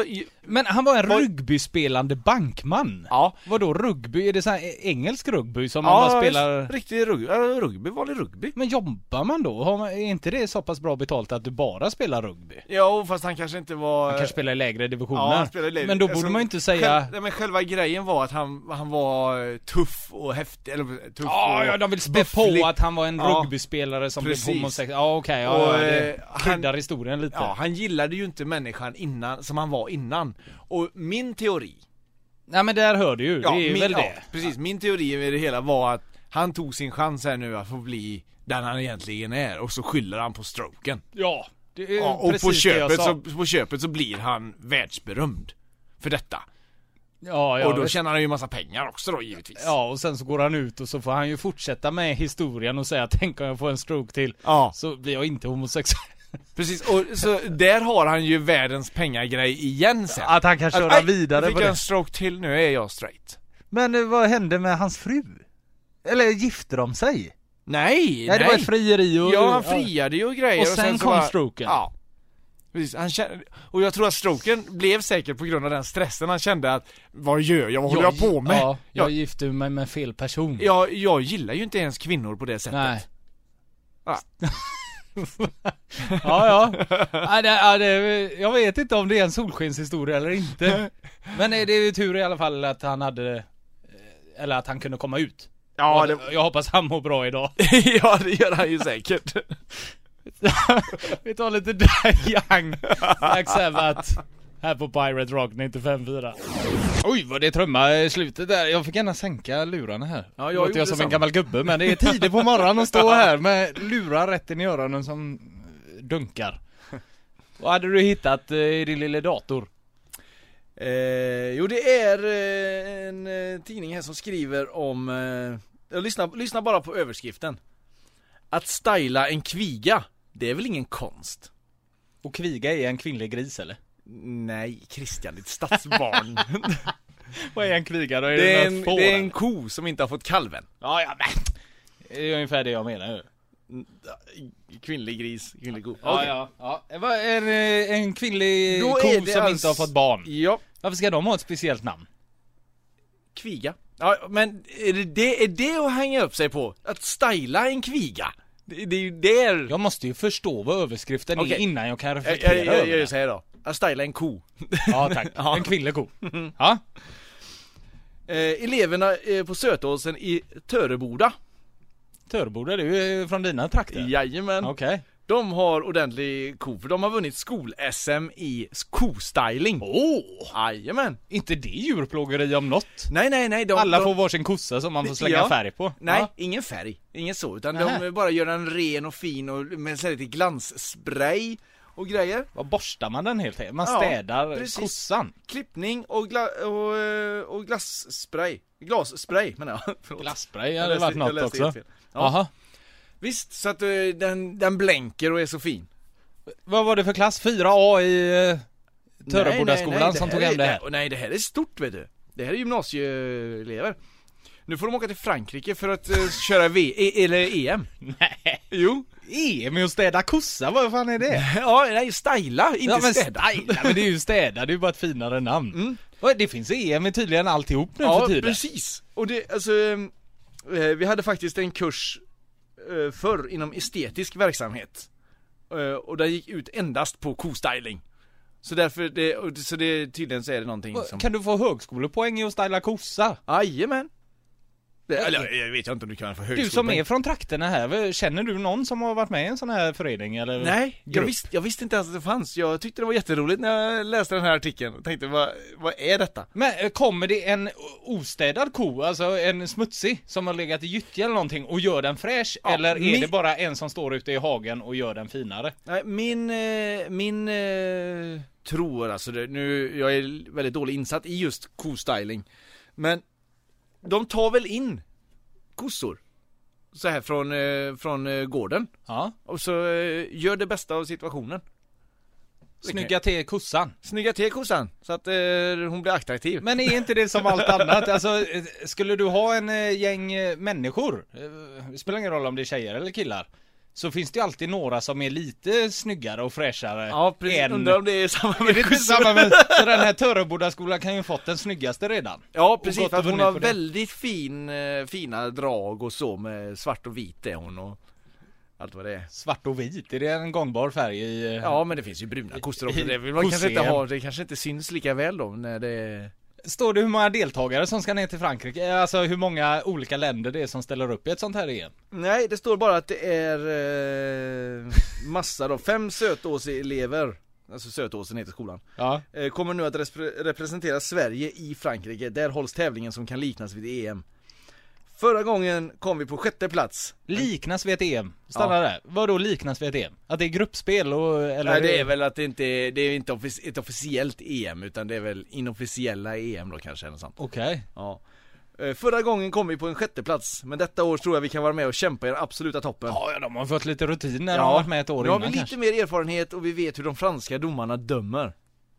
Men han var en Var- rugbyspelande bankman. Ja. Vadå rugby? Är det så här engelsk rugby som Ja, man bara spelar? visst, riktig rugby, äh, rugby, vanlig rugby. Men jobbar man då? Har man, är inte det så pass bra betalt att du bara spelar rugby? Ja, fast han kanske inte var... Man kanske spelar i lägre divisioner. Ja, han spelade i lägre- Men då alltså, borde man ju inte säga... Själv, nej, men själva grejen var att han, han var tuff och häftig, eller tuff Ja, och ja, de vill spä bufflig. på att han var en Ja, rugbyspelare som precis. blev homosexuell. Ja, okej. ja, Och, ja, det eh, han- kryddar historien lite. Ja, han gillade ju inte människan innan, som han var innan. Och min teori... Nej, men där hör du ju. Ja, det är ju min, väl ja, det. precis. Min teori med det hela var att han tog sin chans här nu att få bli den han egentligen är. Och så skyller han på stroken. Ja, det är Ja, och precis på det jag köpet, sa. så, på köpet så blir han världsberömd för detta. Ja, ja, och då visst. tjänar han ju massa pengar också då givetvis. Ja, och sen så går han ut och så får han ju fortsätta med historien och säga tänk om jag får en stroke till. Ja. Så blir jag inte homosexuell. Precis, och så där har han ju världens pengagrej igen sen. Att han kan köra aj, vidare jag fick på jag det. en stroke till, nu är jag straight. Men eh, vad hände med hans fru? Eller gifte de sig? Nej, nej. Nej, det var ett frieri och... Ja, han friade ju och grejer. Och sen så kom bara- stroken. Ja. Precis, han kände, och jag tror att stroken blev säkert på grund av den stressen. Han kände att, vad gör jag, vad håller jag på med? Ja, jag jag, gifte mig med fel person. jag, jag gillar ju inte ens kvinnor på det sättet. Nej. Ja. ja, ja. ja, det, ja det, jag vet inte om det är en solskenshistoria eller inte. Men det är ju tur i alla fall att han hade, eller att han kunde komma ut. Ja, jag, det, jag hoppas han mår bra idag. ja, det gör han ju säkert. Vi tar lite Die Young, Black Sabbath här på Pirate Rock nittiofem fyra. Oj, vad det trumma i slutet där. Jag fick gärna sänka lurarna här. Ja, jag Låter gjorde jag som detsamma. en gammal gubbe, men det är tidigt på morgonen att stå här med lurar rätt in i öronen som dunkar. Vad hade du hittat eh, i din lilla dator? Eh, jo, det är eh, en eh, tidning här som skriver om, eh, lyssna, lyssna bara på överskriften. Att styla en kviga, det är väl ingen konst? Och kviga är en kvinnlig gris eller? Nej, Christian, ditt stadsbarn. Vad är en kviga då? Är det, det, är något en, får, det är en eller? ko som inte har fått kalven. Ja, ja, men det är ungefär det jag menar ju. Kvinnlig gris, kvinnlig ko. Ja, Okej. ja, ja. Det var en, eh, en kvinnlig Då ko är som det inte alltså- har fått barn. Ja, Varför ska de ha ett speciellt namn? kviga. Ja, men är det, det, är det att hänga upp sig på? Att styla en kviga? Det, det är ju där... Jag måste ju förstå vad överskriften är Okej. innan jag kan jag, reflektera jag, jag, över jag det. säger då. Att styla en ko. Ja, tack. Ja. En kvinnlig ko. Ja. Eh, eleverna eh, på Sötåsen i Töreboda. Töreboda, du är från dina trakter? Jajamän. Okej. De har ordentlig ko, för de har vunnit skol-S M i kostyling. Åh! Jajamän. Inte det djurplågeri om något? Nej, nej, nej. De, Alla de, får varsin kossa som man får slänga Ja. färg på. Nej, Ja. ingen färg. Inget så, utan Nähä. de bara gör den ren och fin och med så här lite glansspray och grejer. Vad borstar man den helt enkelt? Man Ja, städar precis. kossan. Klippning och, gla- och, eh, och glasspray. Glasspray menar jag. Förlåt. Glasspray Jag hade läste- varit jag något läste också. helt fel. Ja. Jaha. Visst, så att eh, den, den blänker och är så fin. Vad var det för klass? fyra A i uh, Törebodaskolan som tog hem det här? är, Nej, det här är stort, vet du. Det här är gymnasieelever. Nu får de åka till Frankrike för att eh, köra V e, eller E M. Nej. Jo. E M och städa kossa, vad fan är det? Ja, nej, styla, inte Ja, men städa. styla, men det är ju städa, det är ju bara ett finare namn. Mm. Och det finns E M i tydligen alltihop nu Ja, för tiden. precis. Och det, alltså, eh, vi hade faktiskt en kurs eh, förr inom estetisk verksamhet. Eh, och den gick ut endast på kostyling. Så därför, det, och det- så det, tydligen så är det någonting som... Kan du få högskolepoäng i att styla kossa? Jajamän. Det, eller jag vet inte om du kan få Du högskolepoäng. som är från trakterna här, känner du någon som har varit med i en sån här förening eller? Nej, jag, grupp? visst, jag visste inte ens att det fanns. Jag tyckte det var jätteroligt när jag läste den här artikeln och tänkte, vad, vad är detta? Men eh, kommer det en ostädad ko, alltså en smutsig, som har legat i gyttja eller någonting och gör den fräsch? Ja, eller är min- det bara en som står ute i hagen och gör den finare? Nej, min, eh, min eh, tror alltså, det, nu, jag är väldigt dåligt insatt i just kostyling. Men de tar väl in kossor så här från, eh, från eh, gården. Ja. Och så eh, gör det bästa av situationen. Snygga till kossan. Snygga till kossan så att eh, hon blir attraktiv. Men är inte det som allt annat? Alltså, eh, skulle du ha en eh, gäng eh, människor, eh, det spelar ingen roll om det är tjejer eller killar, så finns det ju alltid några som är lite snyggare och fräschare. Ja, precis. än... Undrar om det är samma med Är det inte samma med... Så den här Törebodaskolan kan ju fått den snyggaste redan. Ja, precis, gått för att och hon vunnit har på det. väldigt fin, eh, fina drag och så med svart och vit är hon och allt vad det är. Svart och vit, är det en gångbar färg i... Ja, men det finns ju bruna kossor också. i- Det vill man kanske inte kossor. ha, det kanske inte syns lika väl då när det är... Står det hur många deltagare som ska ner till Frankrike? Alltså hur många olika länder det är som ställer upp i ett sånt här E M? Nej, det står bara att det är eh, massa då, fem Sötås-elever, alltså Sötåsen heter skolan, Ja. eh, kommer nu att repre- representera Sverige i Frankrike. Där hålls tävlingen som kan liknas vid E M. Förra gången kom vi på sjätte plats. Liknas vid ett E M. Stanna Ja. där. Vad då liknas vid ett E M? Att det är gruppspel och... Eller Nej, det är väl att det inte är, det är inte offic- ett officiellt E M, utan det är väl inofficiella E M då kanske, eller sånt. Okej. Ja. Eh, Förra gången kom vi på en sjätte plats, men detta år tror jag vi kan vara med och kämpa i den absoluta toppen. Ja, ja, de har fått lite rutin när de har varit med ett år nu har innan vi lite kanske. mer erfarenhet och vi vet hur de franska domarna dömer.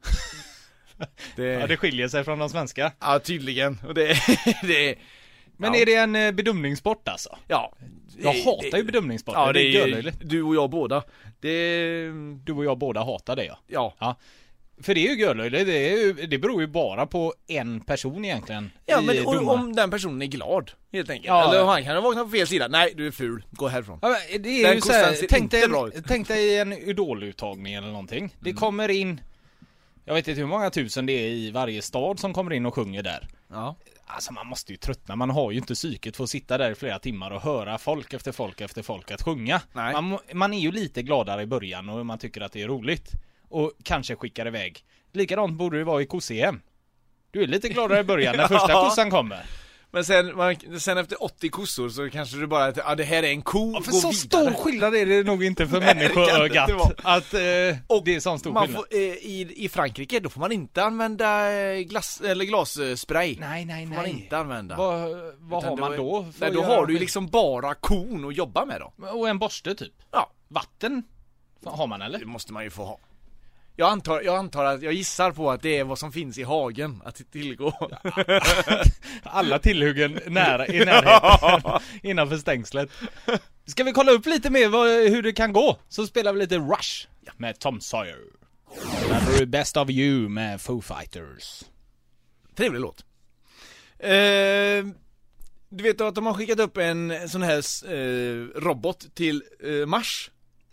det... Ja, det skiljer sig från de svenska. Ja, tydligen. Och det, det Men ja. är det en eh, bedömningssport alltså? Ja. Jag Det- hatar det- ju bedömningssporter. Ja, det är ju görlöjligt. du och jag båda. Det... Du och jag båda hatar det, ja. Ja. För det är ju görlöjligt. Det, är ju, det beror ju bara på en person egentligen. Ja, i men om, domar. om den personen är glad, helt enkelt. Ja. Eller om han kan ha vaknat på fel sida. Nej, du är ful. Gå härifrån. Ja, men det är Den ju så kossan här, ser tänk, inte dig bra en, ut. tänk dig en idoluttagning eller någonting. Det Mm. kommer in, jag vet inte hur många tusen det är i varje stad som kommer in och sjunger där. Ja. Alltså man måste ju tröttna, man har ju inte psyket för att sitta där i flera timmar och höra folk efter folk efter folk att sjunga. Nej. Man, må- man är ju lite gladare i början och man tycker att det är roligt. Och kanske skickar iväg. Likadant borde det vara i koss-E M. Du är lite gladare i början när första Ja. kossan kommer. Men sen, man, sen efter åttio kossor så kanske du bara, ja det här är en ko, Ja, för gå så vidare. stor skillnad är det nog inte för Nej, det kan det människoögat. inte vara. Att eh, Och det är sån stor man skillnad. får, eh, i, I Frankrike då får man inte använda eh, glass, eller glasspray. Nej, nej, Får man nej. inte använda. Vad, vad Utan har man är- då? för Nej, att då göra har du ju skit? liksom bara kon att jobba med då. Och en borste typ. Ja, Vatten har man eller? det måste man ju få ha. Jag antar, jag antar att, jag gissar på att det är vad som finns i hagen att tillgå. Alla tillhuggen nära, i närheten innanför stängslet. Ska vi kolla upp lite mer vad, hur det kan gå? Så spelar vi lite Rush med Tom Sawyer. Där får du Best of You med Foo Fighters. Trevlig låt. Eh, du vet att de har skickat upp en sån här eh, robot till eh, Mars.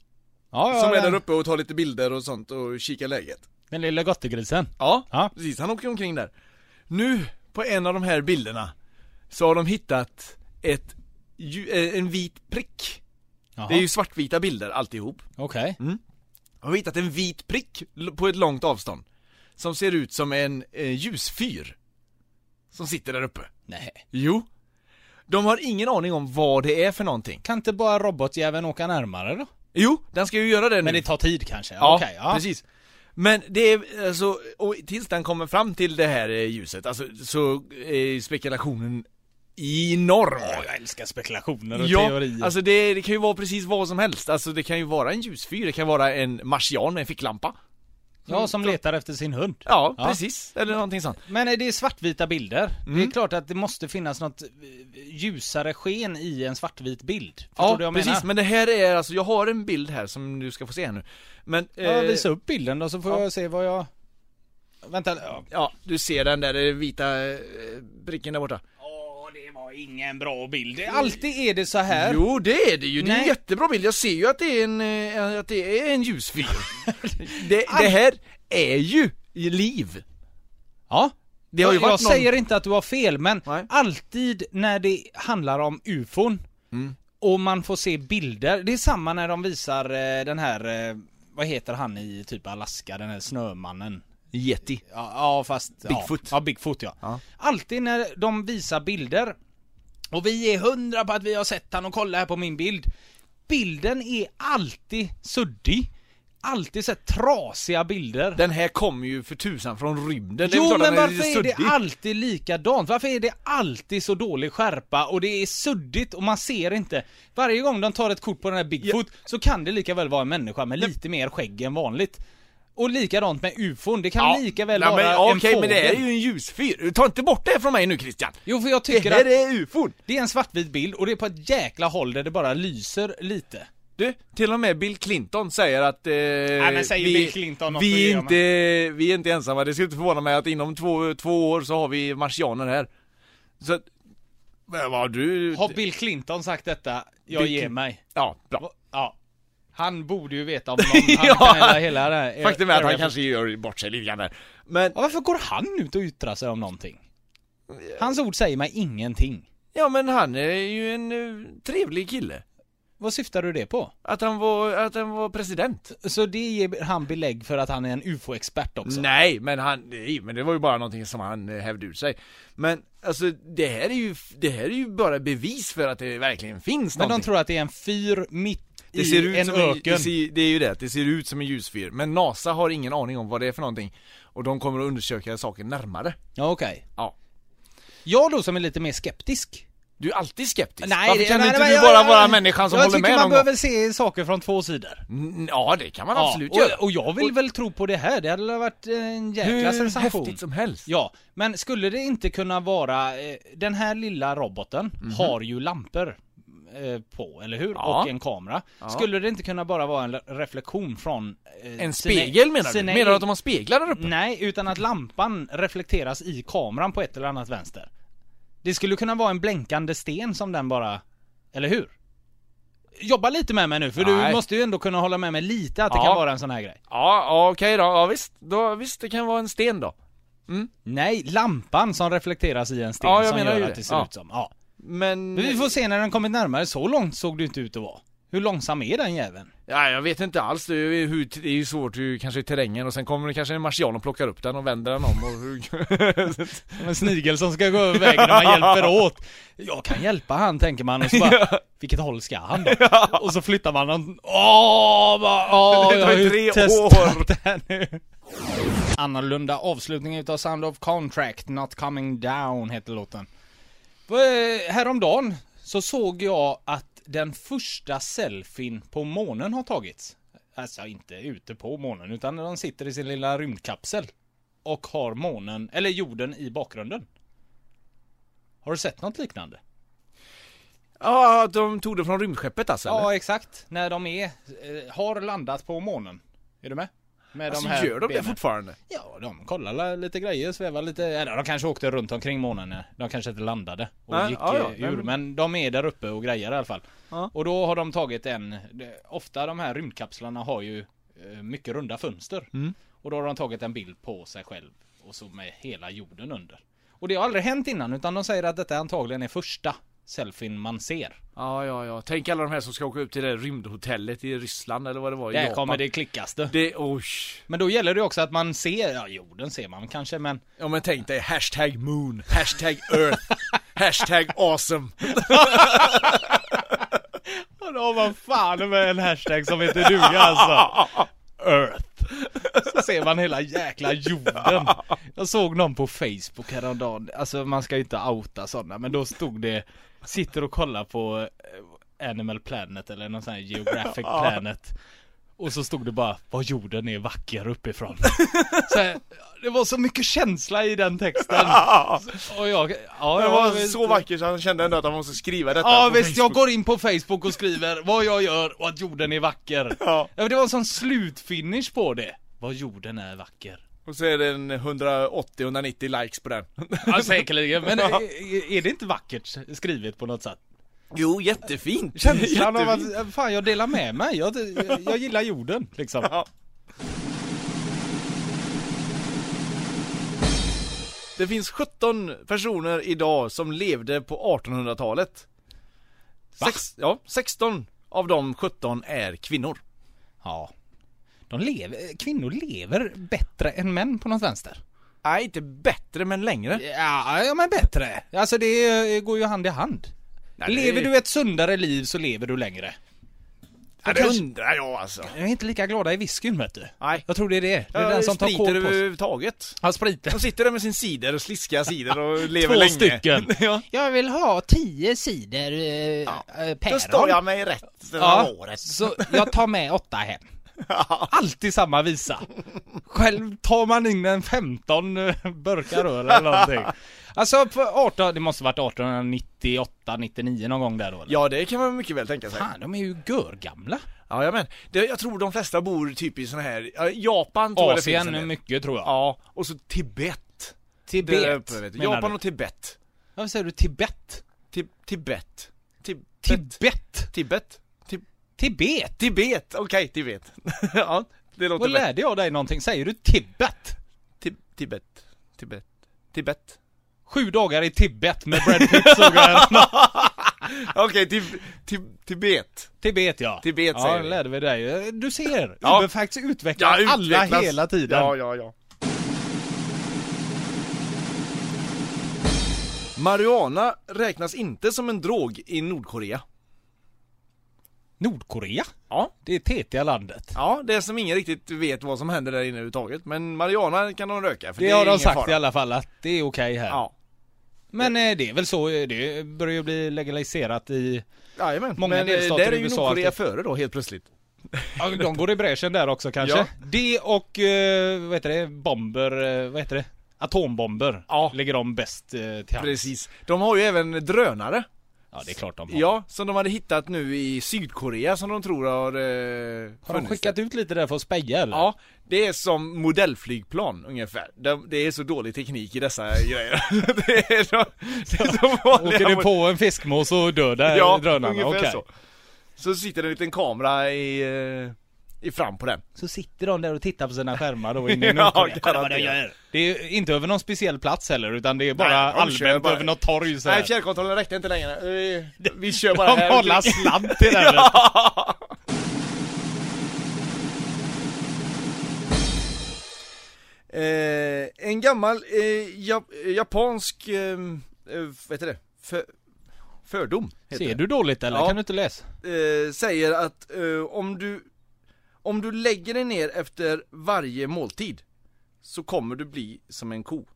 Ja, Som är den, där uppe och tar lite bilder och sånt och kikar läget. den lilla gottegrisen. Ja, Ja. precis. Han åker omkring där. Nu, på en av de här bilderna, så har de hittat ett, ju- eh, en vit prick. Jaha. Det är ju svartvita bilder alltihop. Okej. De har hittat en vit prick l- på ett långt avstånd. Som ser ut som en eh, ljusfyr. Som sitter där uppe. Nej. Jo. De har ingen aning om vad det är för någonting. Kan inte bara robotjäveln åka närmare då? Jo, den ska ju göra det nu. Men det tar tid kanske? Ja, Okej, ja. precis. Men det är alltså, och tills den kommer fram till det här eh, ljuset, alltså så är spekulationen enorm. Åh, jag älskar spekulationer och Ja, teorier. alltså det, det kan ju vara precis vad som helst. Alltså det kan ju vara en ljusfyr, det kan vara en marsian med en ficklampa. ja, som letar efter sin hund. Ja, Ja. precis. Eller någonting sånt. Men är det svartvita bilder? Mm. Det är klart att det måste finnas något eh, ljusare sken i en svartvit bild. Förstår Ja, du vad jag precis. menar? Men det här är alltså, jag har en bild här som du ska få se här nu. Men, Ja, eh, visa upp bilden då så får ja. jag se vad jag... Vänta, ja. ja, du ser den där eh, vita eh, pricken där borta. Åh, det var ingen bra bild. Det- Alltid är det så här. Jo, det är det ju. Det är en Nej. jättebra bild. Jag ser ju att det är en, eh, att det är en ljusfyr. det, det här är ju liv. Ja. Det har ju jag varit jag någon... säger inte att du har fel, men Nej. alltid när det handlar om ufon Mm. och man får se bilder, det är samma när de visar eh, den här, eh, vad heter han i typ Alaska, den här snömannen. Yeti. Ja, ja fast... Bigfoot. Ja, ja Bigfoot ja. Ja. Alltid när de visar bilder och vi är hundra på att vi har sett han och kolla här på min bild. Bilden är alltid suddig. Alltid så här trasiga bilder. Den här kommer ju för tusan från rymden. Det är Jo, klart att men den varför är det suddig. alltid likadant? Varför är det alltid så dålig skärpa och det är suddigt och man ser inte? Varje gång de tar ett kort på den här Bigfoot så kan det lika väl vara en människa med lite mer skägg än vanligt. Och likadant med ufon, det kan Ja. lika väl Nej, vara men, en okej, fågel. men det är ju en ljusfyr. Ta inte bort det från mig nu, Christian. Jo, för jag Det tycker här att är ufon. det är en svartvit bild och det är på ett jäkla håll där det bara lyser lite. Du, till och med Bill Clinton säger att eh, Nej, men säger vi, Bill Clinton något vi, är att inte, vi är inte ensamma. Det skulle inte förvåna mig att inom två, två år så har vi marsianer här. Så att, men vad du... Har Bill Clinton sagt detta? Jag Bill- ger mig. Ja, bra. Ja. Han borde ju veta om någon. Han Ja. kan hela, hela det här. Faktum är att han kanske gör bort sig lite grann där. Men, Ja, varför går han ut och yttrar sig om någonting? Hans ord säger mig ingenting. ja men han är ju en uh, trevlig kille. Vad syftar du det på? Att han var, att han var president. Så det ger han belägg för att han är en U F O-expert också? Nej, men han, nej, men det var ju bara någonting som han eh, hävde ut sig. Men alltså det här är ju, det här är ju bara bevis för att det verkligen finns Men de någonting. tror att det är en fyr mitt Det i ser ut en som öken. En, det, ser, det är ju det, det ser ut som en ljusfyr. Men NASA har ingen aning om vad det är för någonting. Och de kommer att undersöka saken närmare. Ja, okej. Ja. Jag då som är lite mer skeptisk. Du är alltid skeptisk. Nej, Varför det- kan nej, inte nej, du jag- bara jag- vara människan som jag håller tycker med man någon behöver gång? se saker från två sidor. Mm, Ja, det kan man absolut göra. och, och jag vill väl tro på det här. Det hade varit en jäkla Hur sensation. häftigt som helst. Ja, men skulle det inte kunna vara eh, den här lilla roboten har ju lampor eh, på, eller hur? Ja. Och en kamera. Ja. Skulle det inte kunna bara vara en reflektion från eh, En sina- spegel menar du? sina- Menar du att de har speglar där uppe? Nej, utan att lampan reflekteras i kameran på ett eller annat vänster. Det skulle kunna vara en blänkande sten som den bara, eller hur? Jobba lite med mig nu, för Nej. du måste ju ändå kunna hålla med mig lite att det Ja. kan vara en sån här grej. Ja, ja okej då. Ja visst. Då, visst, det kan vara en sten då. Nej, lampan som reflekteras i en sten Ja, jag som menar gör ju att det. det ser Ja. ut som. Ja. Men... Men vi får se när den kommit närmare. Så långt såg du inte ut att vara. Hur långsam är den jäveln? Ja, jag vet inte alls. Det är ju, hur, det är ju svårt ju, kanske i terrängen. Och sen kommer det kanske en marsian och plockar upp den och vänder den om. Och hur... En snigel som ska gå över vägen och man hjälper åt. Jag kan hjälpa han, tänker man. Och så bara, vilket håll ska han då? Och så flyttar man den. Åh, va, åh, Det jag tar har ju tre testat år. det här nu. Annorlunda avslutning utav Sound of Contract, Not Coming Down heter låten. Eh, Häromdagen så såg jag att den första selfien på månen har tagits. Alltså inte ute på månen, utan de sitter i sin lilla rymdkapsel och har månen, eller jorden i bakgrunden. Har du sett något liknande? Ja, de tog det från rymdskeppet alltså, eller? Ja, exakt. När de är, eh, har landat på månen. Är du med? Med Alltså, de här gör de det benen. fortfarande? Ja, de kollar lite grejer, svävar lite. Eller de kanske åkte runt omkring månen. De kanske inte landade och Nej, gick ja, ja, eh, ur. men- Men de är där uppe och grejer i alla fall. Ja. Och då har de tagit en... det- Ofta de här rymdkapslarna har ju eh, mycket runda fönster. Mm. Och då har de tagit en bild på sig själv. Och så med hela jorden under. Och det har aldrig hänt innan, utan de säger att detta antagligen är första selfien man ser. Ja, ja, ja. Tänk alla de här som ska åka upp till det rymdhotellet i Ryssland eller vad det var i Där Japan. kommer det klickaste. Det, oj. Men då gäller det också att man ser, ja jorden ser man kanske, men Ja, men tänk dig hashtag moon, hashtag earth, hashtag awesome. ja, då har man fan med en hashtag som heter duga alltså. Earth. Så ser man hela jäkla jorden. Jag såg någon på Facebook häromdagen. Alltså man ska ju inte outa sådana, men då stod det, sitter och kollar på eh, Animal Planet eller någon sån här Geographic Planet. Och så stod det bara, vad jorden är vacker uppifrån. Så här, det var så mycket känsla i den texten. Och jag, ja, Det jag var visst- så vackert så han kände ändå att han måste skriva detta Ja på visst, jag Facebook. går in på Facebook och skriver vad jag gör och att jorden är vacker. Ja. Ja, det var en sån slutfinish på det. Vad jorden är vacker. Och så är det en hundraåttio till hundranittio likes på den. Ja, säkerligen. Men är, är det inte vackert skrivet på något sätt? Jo, jättefint. Känslan av Jättefint. att, fan jag delar med mig. Jag, jag, jag gillar jorden, liksom. Ja. Det finns sjutton personer idag som levde på artonhundratalet. Va? Sex, ja, sexton av de sjutton är kvinnor. Ja. De lever, kvinnor lever bättre än män på något vänster. Nej, inte bättre men längre. Ja, ja men bättre. Alltså det går ju hand i hand. Nej, det- Lever du ett sundare liv så lever du längre. Ja, det undrar jag alltså. Jag är inte lika glada i whiskyn, vet du. Nej. Jag tror det är det. Det är Ja, den som tar spriter kål på sig. överhuvudtaget. Ja, spriten. De sitter där med sin cider och sliskiga cider och lever Två länge. stycken. Ja. Jag vill ha tio sidor eh, Ja. eh, Då päron. står jag mig rätt Ja, året. så jag tar med åtta hem. Alltid samma visa. Själv tar man in en femton burkar öl eller någonting. Alltså på arton, det måste varit arton nittioåtta nittionio någon gång där då eller? Ja, det kan man mycket väl tänka sig. Fan, de är ju görgamla. Ja, jag men det, jag tror de flesta bor typ i såna här ja, Japan tror jag det finns en Asien del. mycket tror jag. Ja, och så Tibet. Tibet. Det är uppe, vet du. Japan och Tibet. Vad säger du? Tibet? Tib- Tibet. Tib- Tibet? Tibet. Tib- Tibet? Tibet. Okej, okay, Tibet. Ja, det låter Vad bättre. lärde jag dig någonting? Säger du Tibet? Tib- Tibet. Tibet. Tibet. Sju dagar i Tibet med Brad Pitt såg jag. Okej, okay, tib- tib- Tibet. Tibet ja. Tibet ja, säger vi. lärde vi dig. Du ser, Ja. Uberfacts utvecklar Ja, alla utvecklas. hela tiden. Ja, ja, ja. Marijuana räknas inte som en drog i Nordkorea. Nordkorea? Ja. Det är tetiga landet. Ja, det är som ingen riktigt vet vad som händer där inne överhuvudtaget. Men marijuana kan de röka, för Det, det, har är de ingen sagt fara. i alla fall att det är okej här. Ja. Men eh, det är väl så, eh, det börjar ju bli legaliserat i... Jajamän. Många Men eh, delstater där i är ju U S A Nordkorea alltid. före då, helt plötsligt. Ja, de går i bräschen där också kanske. Ja. Det och, eh, vad heter det, bomber, eh, vad heter det? Atombomber. Ja. Ligger de bäst eh, till hands. Precis. De har ju även drönare. Ja, det är klart de har. Ja, som de hade hittat nu i Sydkorea som de tror har eh, Har de skickat ut lite där för att speja eller? Ja, det är som modellflygplan ungefär. Det, det är så dålig teknik i dessa grejer. det är så, det är så vanliga Åker du mod- på en fiskmås och dör där Ja, drönarna? ungefär Okej. så. Så sitter det en liten kamera i, eh, i fram på den. Så sitter de där och tittar på sina skärmar då inne i Ja, Nordkorea. Kolla vad de garanterat. gör. Det är inte över någon speciell plats heller, utan det är bara Nej, de kör allmänt bara- över något torg så här. Nej, fjärrkontrollen räckte inte längre. Eh, Vi kör bara De här. håller slant till den. Ja. Eh, en gammal eh, jap- japansk eh, eh, vad heter det? För, fördom heter Ser det. du dåligt eller? Ja. Kan du inte läsa? Eh, säger att eh, om du om du lägger dig ner efter varje måltid så kommer du bli som en ko.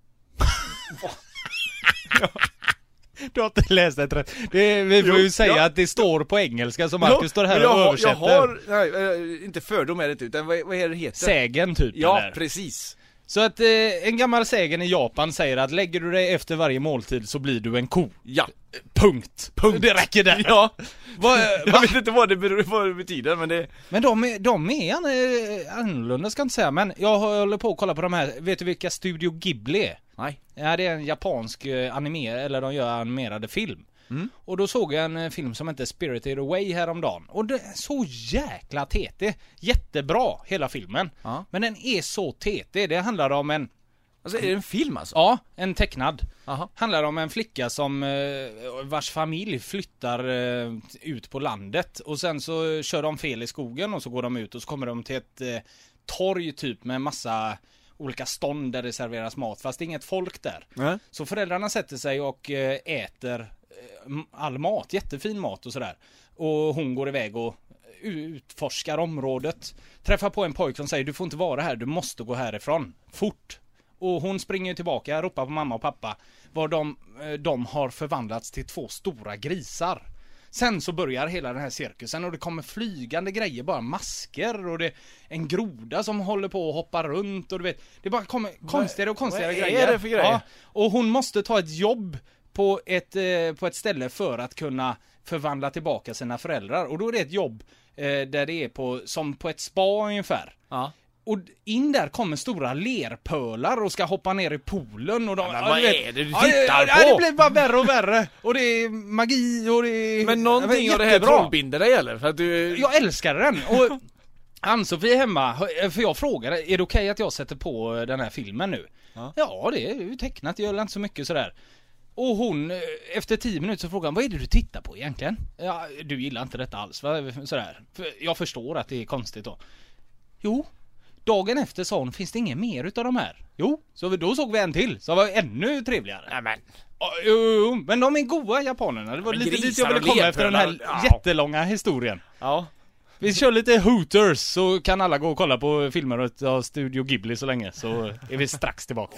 Du har inte läst det rätt. Det, vi får Jo, ju säga ja. att det står på engelska som Marcus står här men jag och har, översätter. Jag har, nej, eh, inte fördom är det inte, utan vad, vad är det heter? Sägen typ Ja, eller? precis. Så att eh, en gammal sägen i Japan säger att lägger du dig efter varje måltid så blir du en ko. Ja. Punkt. Punkt. Det räcker där. Ja. Vad, Jag va? vet inte vad det, beror, vad det betyder, men det... Men de är, de är eh, annorlunda ska jag inte säga. Men jag håller på att kolla på de här. Vet du vilka Studio Ghibli är? Nej. Ja, det är en japansk eh, animer, eller de gör animerade film. Mm. Och då såg jag en eh, film som heter Spirited Away häromdagen. Och det är så jäkla tetig. Jättebra, hela filmen. Ja. Men den är så tetig. Det handlar om en, Alltså är det en film alltså? ja, en tecknad. Aha. Handlar om en flicka som eh, vars familj flyttar eh, ut på landet. Och sen så kör de fel i skogen och så går de ut och så kommer de till ett eh, torg typ med massa olika stånd där det serveras mat. Fast det är inget folk där. Nej. Så föräldrarna sätter sig och eh, äter eh, all mat, jättefin mat och sådär. Och hon går iväg och utforskar området. Träffar på en pojk som säger du får inte vara här, du måste gå härifrån. Fort. Och hon springer tillbaka, ropar på mamma och pappa. Var de, eh, de har förvandlats till två stora grisar. Sen så börjar hela den här cirkusen och det kommer flygande grejer, bara masker och det är en groda som håller på att hoppa runt och du vet, det bara kommer konstigare och konstigare vad är grejer. det för grejer? Ja, och hon måste ta ett jobb på ett, eh, på ett ställe för att kunna förvandla tillbaka sina föräldrar. Och då är det ett jobb eh, där det är på, som på ett spa ungefär. Ja. Och in där kommer stora lerpölar och ska hoppa ner i poolen och de, Ja, men ja, vad du vet, är det du ja, tittar ja, på? Ja, det blir bara värre och värre. Och det är magi och det är... Men någonting ja, av det här jättebra. trollbinder dig eller? För att du... Jag älskar den. Och Ann-Sofie är hemma, för jag frågade, är det okej att jag sätter på den här filmen nu? Ja. Ja, det är ju tecknat, det gör inte så mycket sådär. Och hon, efter tio minuter så frågar hon, vad är det du tittar på egentligen? Ja, du gillar inte detta alls, va? Sådär. För jag förstår att det är konstigt då. Jo, dagen efter sa hon, finns det ingen mer utav de här? Jo, så då såg vi en till, så var ännu trevligare. Nämen. Ja, jo, jo, men de är goa japanerna. Det var Men lite dit grisar jag ville och komma efter den här lerpölar, ja. jättelånga historien. Ja. Vi kör lite Hooters så kan alla gå och kolla på filmer av Studio Ghibli så länge, så är vi strax tillbaka.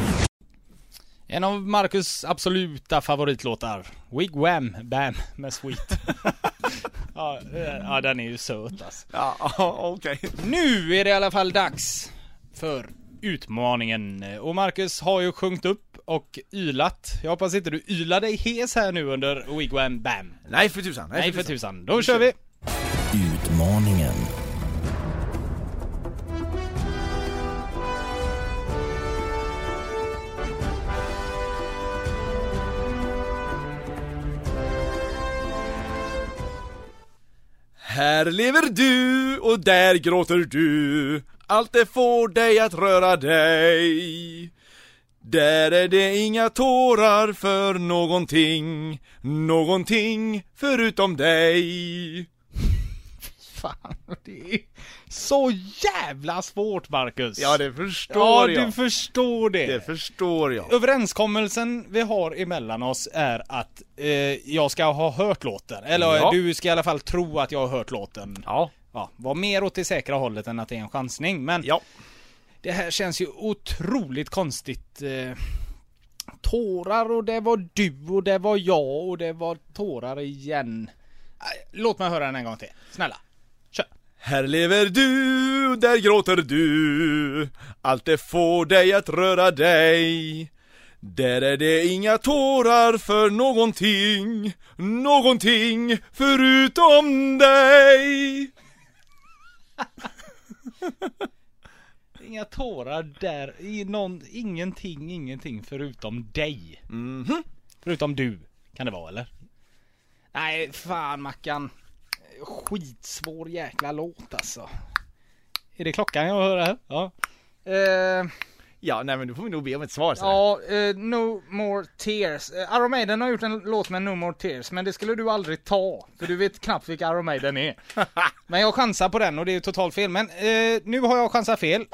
En av Marcus absoluta favoritlåtar, Wigwam Bam med Sweet. Ja, ja, den är ju söt alltså. Ja, okej. Okay. Nu är det i alla fall dags för utmaningen. Och Marcus har ju sjungit upp och ylat. Jag hoppas inte du ylar dig hes här nu under Wigwam Bam. Nej för tusan. Nej, Nej för tusan. tusan. Då kör vi. Utmaningen. Här lever du och där gråter du. Allt det får dig att röra dig. Där är det inga tårar för någonting. Någonting förutom dig. Fan, det är så jävla svårt, Marcus. Ja, det förstår ja, jag. Ja, du förstår det. Det förstår jag. Överenskommelsen vi har emellan oss är att eh, jag ska ha hört låten. Eller ja. du ska i alla fall tro att jag har hört låten. Ja. Ja, var mer åt det säkra hållet än att det är en chansning. Men ja. Det här känns ju otroligt konstigt. Eh, tårar och det var du och det var jag och det var tårar igen. Låt mig höra den en gång till. Snälla. Kör. Här lever du, där gråter du. Allt det får dig att röra dig. Där är det inga tårar för någonting. Någonting förutom dig. Inga tårar där. I någon, ingenting, ingenting förutom dig. Mhm. Förutom du. Kan det vara, eller? Nej, fan Mackan. Skitsvår jäkla låt alltså. Är det klockan jag hör här? Ja. Eh, ja, nej men du får vi nog be om ett svar. Så ja, eh, No More Tears. Eh, Iron Maiden har gjort en låt med No More Tears, men det skulle du aldrig ta. För du vet knappt vilka Iron Maiden är. Men jag chansar på den och det är ju totalt fel. Men eh, nu har jag chansat fel.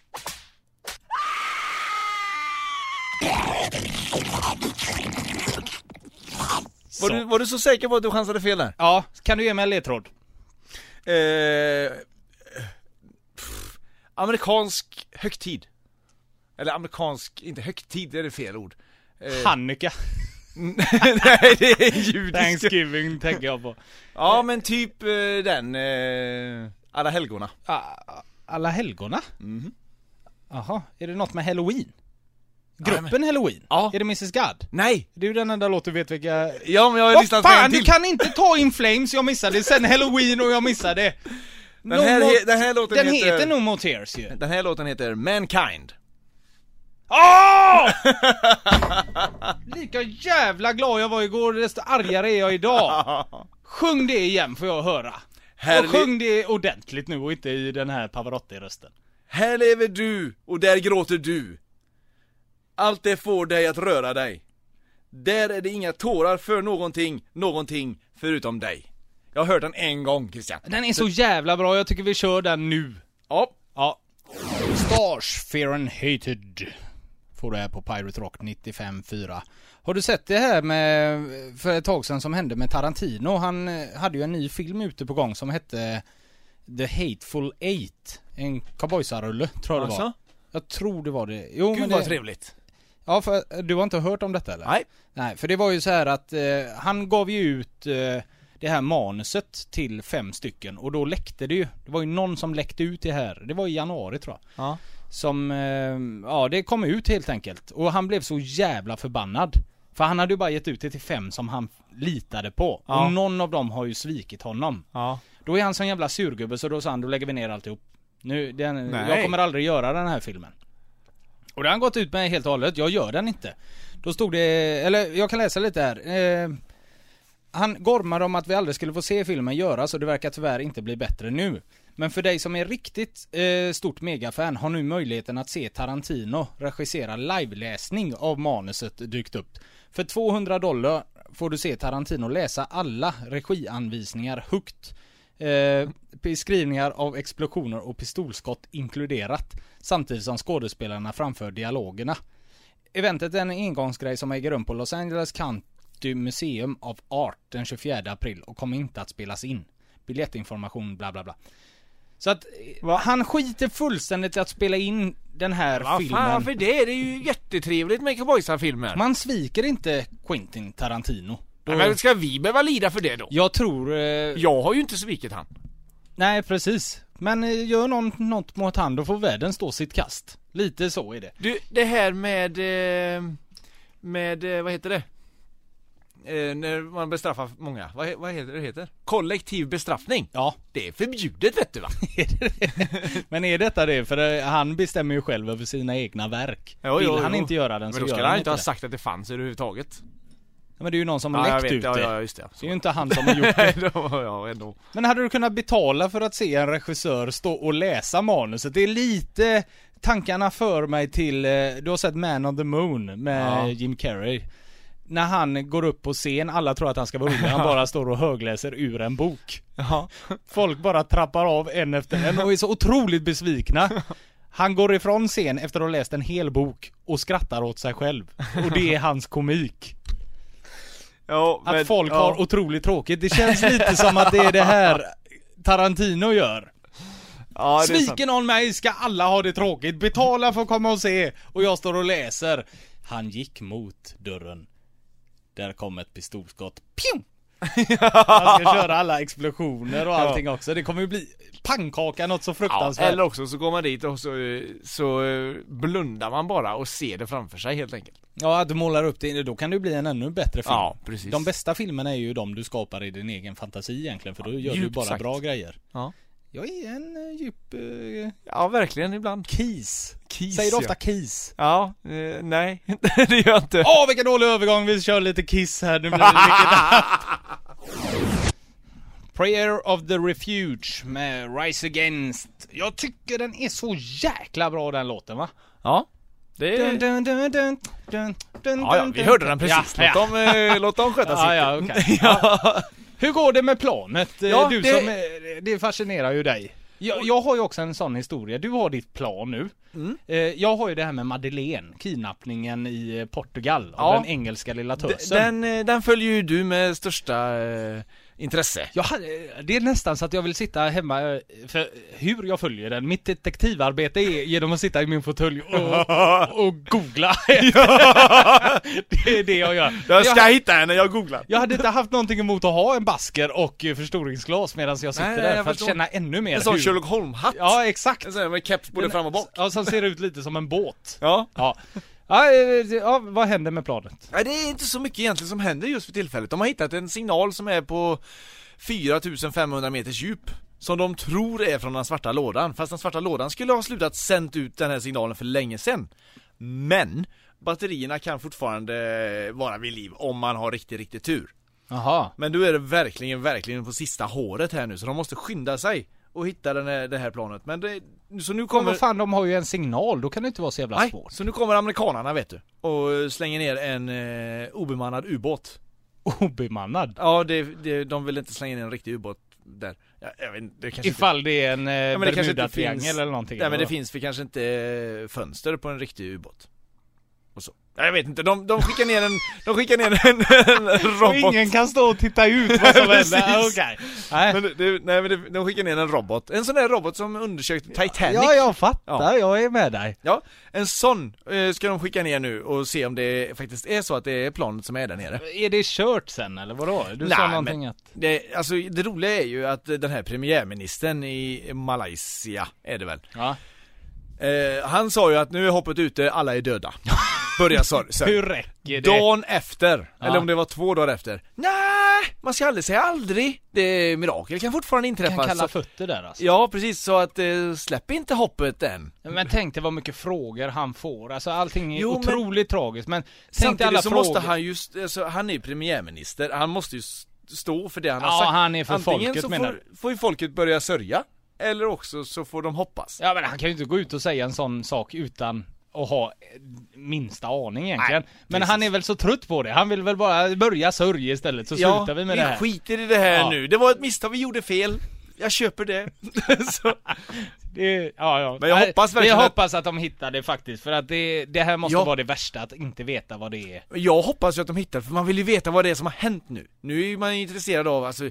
Var du, var du så säker på att du chansade fel där? Ja, kan du ge mig en ledtråd? Eh, pff, amerikansk högtid. Eller amerikansk, inte högtid, det är det fel ord. Eh, Hanukkah. Nej, det är judisk. Thanksgiving tänker jag på. Ja, men typ eh, den, eh, alla helgorna. Ah, alla helgorna? Mhm. Jaha, är det något med Halloween? Gruppen men... Halloween? Ja. Är det missus God? Nej! Det är ju den enda låt du vet vilka... Ja, men jag har Vad listat fan, till. du kan inte ta In Flames, jag missade. Sen Halloween och jag missade. Den här, no he- den här låten den heter... heter No More Tears ju. Den här låten heter Mankind. Åh! Lika jävla glad jag var igår, desto argare är jag idag. Sjung det igen får jag höra. Här och sjung det ordentligt nu och inte i den här Pavarotti-rösten. Här lever du och där gråter du. Allt det får dig att röra dig. Där är det inga tårar för någonting, någonting förutom dig. Jag har hört den en gång, Christian. Den är så jävla bra, jag tycker vi kör den nu. Ja. Ja. Stars, Fear and Hated får du här på Pirate Rock nittiofem fyra. Har du sett det här med för ett tag sedan som hände med Tarantino? Han hade ju en ny film ute på gång som hette The Hateful Eight. En cowboysarulle, tror jag det var. Jag tror det var det. Jo, Gud men vad det... trevligt. Ja, för du har inte hört om detta eller? Nej. Nej, för det var ju så här att eh, han gav ju ut eh, det här manuset till fem stycken och då läckte det ju. Det var ju någon som läckte ut det här. Det var i januari tror jag. Ja. Som, eh, ja det kom ut helt enkelt. Och han blev så jävla förbannad. För han hade ju bara gett ut det till fem som han litade på. Ja. Och någon av dem har ju svikit honom. Ja. Då är han sån jävla surgubbe så då sa han, då lägger vi ner alltihop. Nu, den, jag kommer aldrig göra den här filmen. Och det har han gått ut med helt och hållet. Jag gör den inte. Då stod det, eller jag kan läsa lite här. Eh, han gormade om att vi aldrig skulle få se filmen göras och det verkar tyvärr inte bli bättre nu. Men för dig som är riktigt eh, stort megafan har nu möjligheten att se Tarantino regissera liveläsning av manuset dykt upp. För tvåhundra dollar får du se Tarantino läsa alla regianvisningar högt. Eh, beskrivningar av explosioner och pistolskott inkluderat. Samtidigt som skådespelarna framför dialogerna. Eventet är en engångsgrej som äger rum på Los Angeles County Museum of Art den tjugofjärde april och kommer inte att spelas in. Biljettinformation bla bla bla. Så att Va? han skiter fullständigt i att spela in den här Va, filmen. Fan för det, det är ju jättetrevligt med cowboysar-filmer. Man sviker inte Quentin Tarantino. Då... Men ska vi behöva lida för det då? Jag tror... Eh... Jag har ju inte svikit han. Nej, precis. Men eh, gör någon, något mot han, då får världen stå sitt kast. Lite så är det. Du, det här med... Eh, med, eh, vad heter det? Eh, när man bestraffar många. Vad, vad heter det heter? Kollektiv bestraffning. Ja. Det är förbjudet, vet du va? Men är detta det? För eh, han bestämmer ju själv över sina egna verk. Jo, Vill jo, han jo. inte göra den Men så då gör ska han han inte ha det. sagt att det fanns överhuvudtaget. Ja, men det är ju någon som Ja, har jag läckt vet, ut ja, det. ja, just det. Det är ju inte han som har gjort Nej, det. då, ja, ändå. Men hade du kunnat betala för att se en regissör stå och läsa manuset? Det är lite tankarna för mig till, eh, du har sett Man on the Moon med Ja. Jim Carrey. När han går upp på scen, alla tror att han ska vara rolig, han bara står och högläser ur en bok. Ja. Folk bara trappar av en efter en och är så otroligt besvikna. Han går ifrån scen efter att ha läst en hel bok och skrattar åt sig själv. Och det är hans komik. Ja, Att men, folk ja. har otroligt tråkigt. Det känns lite som att det är det här Tarantino gör. Ja, det är sant. Sviker någon mig ska alla ha det tråkigt. Betala för att komma och se. Och jag står och läser. Han gick mot dörren. Där kom ett pistolskott. Pjum! Han ska köra alla explosioner och allting också. Det kommer ju bli pannkaka, något så Ja, fruktansvärt. eller också så går man dit och så, så blundar man bara och ser det framför sig helt enkelt. Ja, att du målar upp det. Då kan det bli en ännu bättre film. Ja, precis. De bästa filmerna är ju de du skapar i din egen fantasi egentligen. För då gör du djupt bara sagt. bra grejer. Ja. Jag är en uh, djup uh, Ja, verkligen ibland. kis. Kis, Säger du ja. ofta kis? Ja, eh, nej, det gör jag inte. Åh, vilken dålig övergång. Vi kör lite kiss här. Nu blir det mycket Prayer of the Refuge med Rise Against. Jag tycker den är så jäkla bra, den låten, va? Ja, det är... Dun, dun, dun, dun, dun, dun, Ja, ja, vi hörde den precis. Ja, låt, ja. Dem, eh, låt dem sköta sitt. Ja, ja, okej. Ja. Hur går det med planet? Eh, Ja, du det- som, eh, det fascinerar ju dig. Jag, jag har ju också en sån historia. Du har ditt plan nu. Mm. Eh, jag har ju det här med Madeleine, kidnappningen i eh, Portugal Ja. av den engelska lilla tösen. Den, eh, den följer ju du med största eh, intresse. Jag hade, det är nästan så att jag vill sitta hemma, eh, för hur jag följer den. Mitt detektivarbete är genom att sitta i min fåtölj och, och googla. Det är det jag gör. Jag ska jag, hitta henne, jag googlar. jag hade inte haft någonting emot att ha en basker och eh, förstoringsglas medan jag sitter Nej, nej, där jag för att förstår. känna ännu mer En sån hur- Sherlock Holmes-hatt. Ja, exakt. En sån här med keps både fram och bak. Ja, som ser ut lite som en båt. Ja. Ja. Ja, eh, ja, vad händer med planet? Nej, det är inte så mycket egentligen som händer just för tillfället. De har hittat en signal som är på fyra tusen femhundra meters djup. Som de tror är från den svarta lådan. Fast den svarta lådan skulle ha slutat sänt ut den här signalen för länge sedan. Men batterierna kan fortfarande vara vid liv om man har riktigt, riktigt tur. Jaha. Men då är det verkligen, verkligen på sista håret här nu. Så de måste skynda sig och hitta den här, det här planet. Men det, så nu Men kommer... vad fan, de har ju en signal, då kan det inte vara så jävla Nej, svårt. så nu kommer amerikanarna, vet du. Och slänger ner en eh, obemannad ubåt. Obemannad. Ja, det, det, de vill inte slänga ner en riktig ubåt där. Ja, jag vet, inte, det kanske Ifall det är en eh, Ja, men det kanske inte Bermuda-triangel finns- eller någonting. inte, nej, men eller det finns för kanske inte eh, fönster på en riktig ubåt. Och så. Jag vet inte, de, de skickar ner en, de skickar ner en, en vad? Och robot. ingen kan stå och titta ut vad som Precis. händer. Okej. Nej. Men det, det, nej, men det, de skickar ner en robot. En sån där robot som undersökte Titanic. Ja, jag fattar. Ja. Jag är med dig. Ja, en sån eh, ska de skicka ner nu och se om det faktiskt är så att det är planet som är där nere. Är det kört sen eller vadå? Du Nej, sa någonting men- att... Det, alltså, det roliga är ju att den här premiärministern i Malaysia, är det väl? Ja. Eh, han sa ju att nu är hoppet ute, alla är döda. Börja så, så. Hur räcker det? Dagen efter, Ja. eller om det var två dagar efter. Nej, man ska aldrig säga aldrig. Det är mirakel kan fortfarande inträffa. kan kalla så, fötter där alltså. ja, precis, så att eh, släpp inte hoppet än. Men tänk dig vad mycket frågor han får. Alltså allting är Jo, men- otroligt tragiskt. Men tänk dig Samtidigt alla så frågor. måste han just, alltså, han är ju premiärminister, han måste ju s- stå för det han har Ja, sagt. han är för Antingen folket, så menar får, får ju folket börja sörja, eller också så får de hoppas. Ja, men han kan ju inte gå ut och säga en sån sak utan att ha eh, minsta aning egentligen. Nej, men precis. han är väl så trött på det. Han vill väl bara börja sörja istället, så Ja, slutar vi med det här. skiter i det här Ja. nu. Det var ett misstag, vi gjorde fel. Jag köper det. så. Det, ja, ja. Men jag Nej, hoppas verkligen Jag att- hoppas att de hittar det faktiskt. För att det, det här måste Ja. vara det värsta, att inte veta vad det är. Jag hoppas ju att de hittar, för man vill ju veta vad det är som har hänt nu. Nu är ju man intresserad av, alltså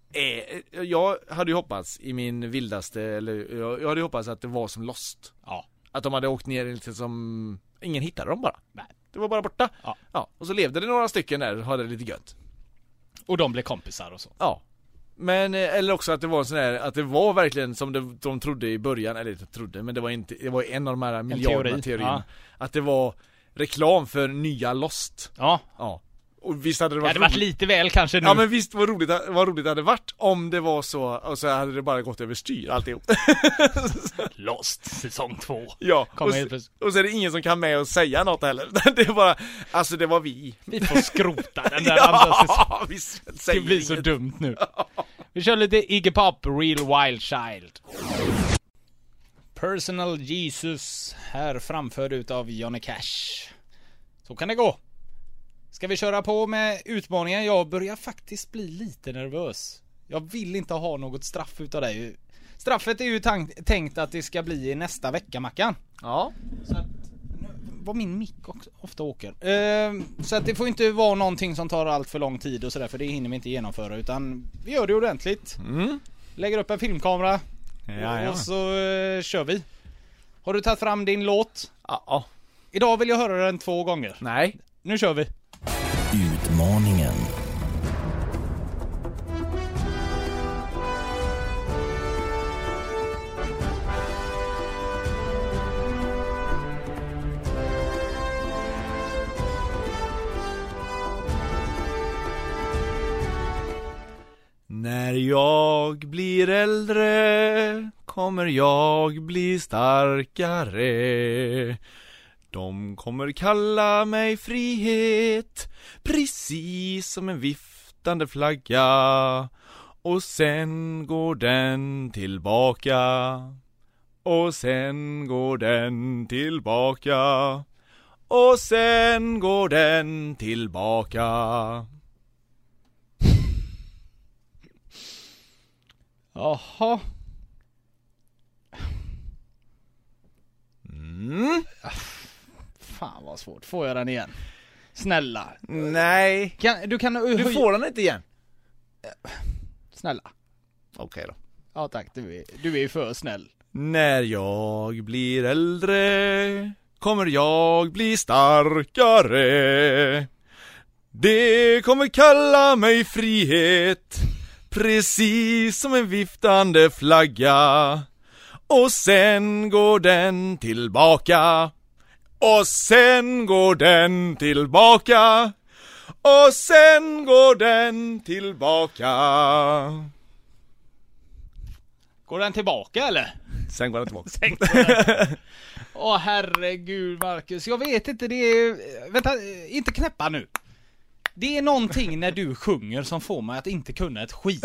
eh, jag hade ju hoppats i min vildaste, eller jag, jag hade ju hoppats att det var som Lost. Ja. Att de hade åkt ner lite som, ingen hittade dem bara. Nej. Det var bara borta. Ja. Ja, och så levde det några stycken där och hade det lite gött. Och de blev kompisar och så. Ja. Men, eller också att det var sån här, att det var verkligen som de, de trodde i början, eller inte trodde, men det var inte, det var en av de här miljarderna teorierna. Ja. Att det var reklam för nya Lost. Ja. Ja. Och visst hade det varit, det hade varit lite väl kanske nu. Ja, men visst vad roligt, vad roligt det hade varit om det var så, och så hade det bara gått över styr alltihop. Lost, säsong två. Ja, och, helt och så är det ingen som kan med och säga något heller. Det är bara, alltså det var vi. Vi får skrota den där ja, andra säsongen. Vi det blir så inget. Dumt nu. Vi kör lite Iggy Pop, Real Wild Child. Personal Jesus, här framförd utav Johnny Cash. Så kan det gå. Ska vi köra på med utmaningen? Jag börjar faktiskt bli lite nervös. Jag vill inte ha något straff utav dig. Straffet är ju tank- tänkt att det ska bli i nästa vecka, Mackan. Ja. Så att, vad min mick också ofta åker. Eh, så att det får inte vara någonting som tar allt för lång tid och sådär, för det hinner vi inte genomföra, utan vi gör det ordentligt. Mm. Lägger upp en filmkamera. Ja, ja. Och så eh, kör vi. Har du tagit fram din låt? Ja. Idag vill jag höra den två gånger. Nej. Nu kör vi. Utmaningen. När jag blir äldre kommer jag bli starkare. De kommer kalla mig frihet, precis som en viftande flagga. Och sen går den tillbaka. Och sen går den tillbaka. Och sen går den tillbaka. Jaha. Mm. Fan vad svårt. Får jag den igen? Snälla. Nej. Kan, du kan Du får den inte igen. Snälla. Okej okay då. Ja tack, du är, du är för snäll. När jag blir äldre kommer jag bli starkare. Det kommer kalla mig frihet, precis som en viftande flagga. Och sen går den tillbaka. Och sen går den tillbaka. Och sen går den tillbaka. Går den tillbaka eller? Sen går den tillbaka. Sen går den. Åh herregud Marcus, jag vet inte, det är... Vänta, inte knäppa nu. Det är någonting när du sjunger som får mig att inte kunna ett skit.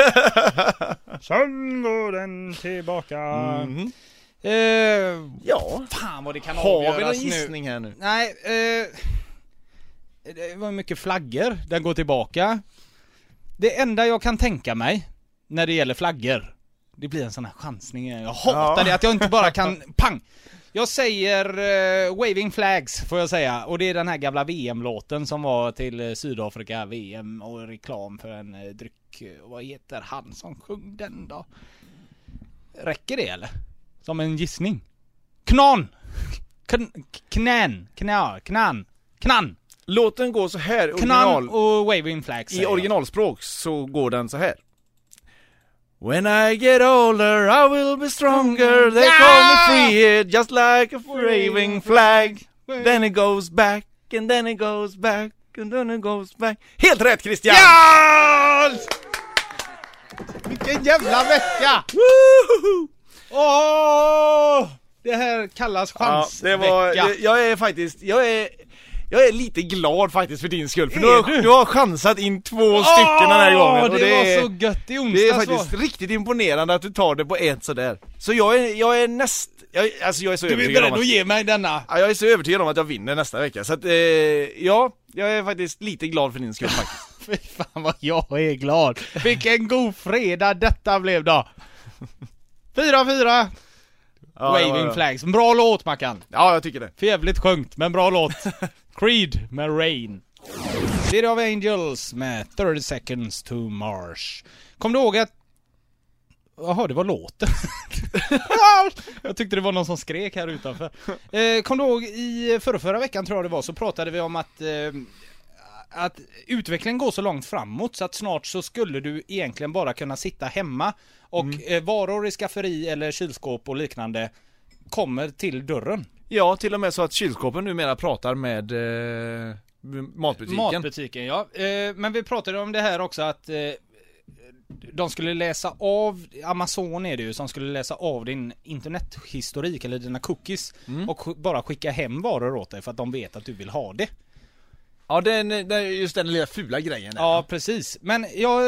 Sen går den tillbaka. Mm. Uh, ja. Fan vad det kan Har avgöras vi någon nu. gissning här nu? Nej, uh, det var mycket flaggor. Den går tillbaka. Det enda jag kan tänka mig när det gäller flaggor, det blir en sån här chansning. Jag hatar Ja. det att jag inte bara kan pang. Jag säger uh, Waving Flags får jag säga. Och det är den här gamla V M-låten som var till uh, Sydafrika V M och reklam för en uh, dryck. Uh, vad heter han som sjöng den då? Räcker det eller? Som en gissning. Knan! Kn- Knän! Knan! Knan! Knan! Låten går så här Knan original. och Waving Flags. I originalspråk så går den så här. When I get older I will be stronger. They call me free just like a waving flag. Then it goes back and then it goes back and then it goes back. Helt rätt Christian! Yes! Vilken jävla vecka! Åh! Det här kallas Ja, chansvecka. det var, jag, jag är faktiskt, jag är, jag är lite glad faktiskt för din skull. För Är du har, du? du har chansat in två stycken den här gången. Det, Och det var är, så gött i onsdags. det är faktiskt var. riktigt imponerande att du tar det på ett sådär. Så jag är, jag är näst, jag, alltså jag är så Du är övertygad beredd om att att, ge mig denna. ja, jag är så övertygad om att jag vinner nästa vecka. Så att, eh, ja, jag är faktiskt lite glad för din skull faktiskt. Fy fan vad jag är glad. Vilken god fredag detta blev då. fyra fyra. Ja, Waving ja, ja. Flags. Bra låt Mackan. Ja, jag tycker det. För jävligt sjungt, men bra låt. Creed med Rain. City of Angels med thirty seconds to Mars. Kom du ihåg att... Jaha, det var låten. Jag tyckte det var någon som skrek här utanför. Eh, kom du ihåg i förra, förra veckan tror jag det var, så pratade vi om att... Eh, att utvecklingen går så långt framåt så att snart så skulle du egentligen bara kunna sitta hemma och mm. eh, varor i skafferi eller kylskåp och liknande kommer till dörren. Ja, till och med så att kylskåpen numera pratar med eh, matbutiken. Matbutiken, ja. Eh, men vi pratade om det här också att eh, de skulle läsa av, Amazon är det ju som skulle läsa av din internethistorik eller dina cookies mm. och bara skicka hem varor åt dig för att de vet att du vill ha det. Ja, det är just den lilla fula grejen där. Ja, precis. Men jag,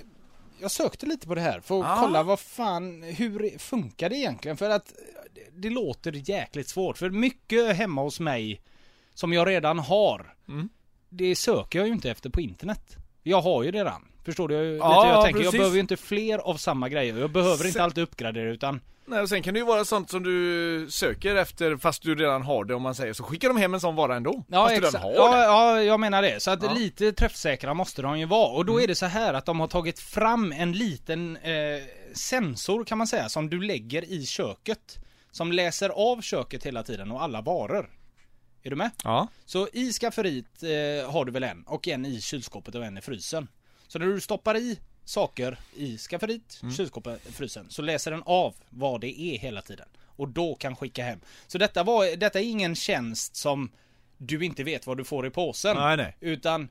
jag sökte lite på det här för att ah. kolla vad fan, hur funkar det egentligen? För att det låter jäkligt svårt. För mycket hemma hos mig som jag redan har, mm. det söker jag ju inte efter på internet. Jag har ju det redan. Förstår du? Jag, ja, jag ja, tänker, precis. jag behöver ju inte fler av samma grejer. Jag behöver sen, inte alltid uppgradera utan... Nej, och sen kan det ju vara sånt som du söker efter fast du redan har det, om man säger. Så skickar de hem en sån vara ändå. Ja, fast du redan har ja, det. Ja, jag menar det. Så att ja. lite träffsäkra måste de ju vara. Och då mm. är det så här att de har tagit fram en liten eh, sensor kan man säga som du lägger i köket. Som läser av köket hela tiden och alla varor. Är du med? Ja. Så i skafferiet eh, har du väl en och en i kylskåpet och en i frysen. Så när du stoppar i saker i skafferiet, mm. kylskåpet, frysen, så läser den av vad det är hela tiden. Och då kan skicka hem. Så detta, var, detta är ingen tjänst som du inte vet vad du får i påsen. Nej, nej. Utan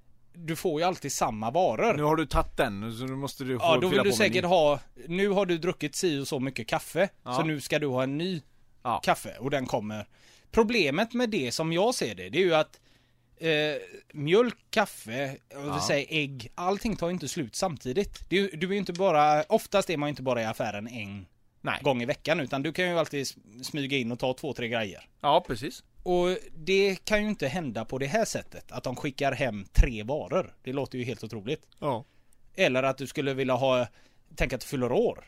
du får ju alltid samma varor. Nu har du tagit den, så nu måste du få Ja, då vill du säkert ny. ha... Nu har du druckit si och så mycket kaffe. Ja. Så nu ska du ha en ny ja. kaffe. Och den kommer... Problemet med det som jag ser det, det är ju att eh, mjölk, kaffe, och ja. säga ägg, allting tar inte slut samtidigt. Det, du är ju inte bara... Oftast är man ju inte bara i affären en Nej. gång i veckan. Utan du kan ju alltid smyga in och ta två, tre grejer. Ja, precis. Och det kan ju inte hända på det här sättet. Att de skickar hem tre varor. Det låter ju helt otroligt. Ja. Eller att du skulle vilja ha... Tänk att du fyller år.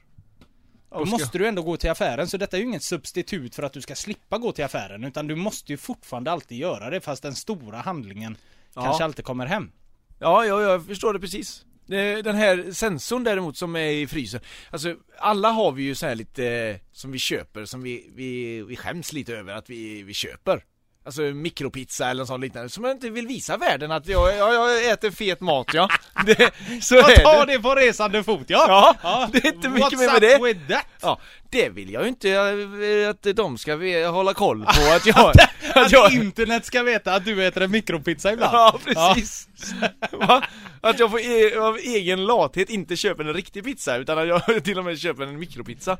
Då måste du ändå gå till affären. Så detta är ju inget substitut för att du ska slippa gå till affären. Utan du måste ju fortfarande alltid göra det. Fast den stora handlingen ja. kanske alltid kommer hem. Ja, ja, jag förstår det precis. Den här sensorn däremot som är i frysen. Alltså alla har vi ju så här lite som vi köper. Som vi, vi, vi skäms lite över att vi, vi köper. Alltså mikropizza eller något sånt liknande. Som jag inte vill visa världen att jag, jag, jag äter fet mat, ja. Det, så jag är tar det. det på resande fot, ja. Ja, ja. det är inte mycket What's mer med det. With that? Ja, det vill jag ju inte att de ska hålla koll på att jag... att, att jag... internet ska veta att du äter en mikropizza ibland. Ja, precis. Ja. Att jag får e- av egen lathet inte köper en riktig pizza utan att jag till och med köper en mikropizza.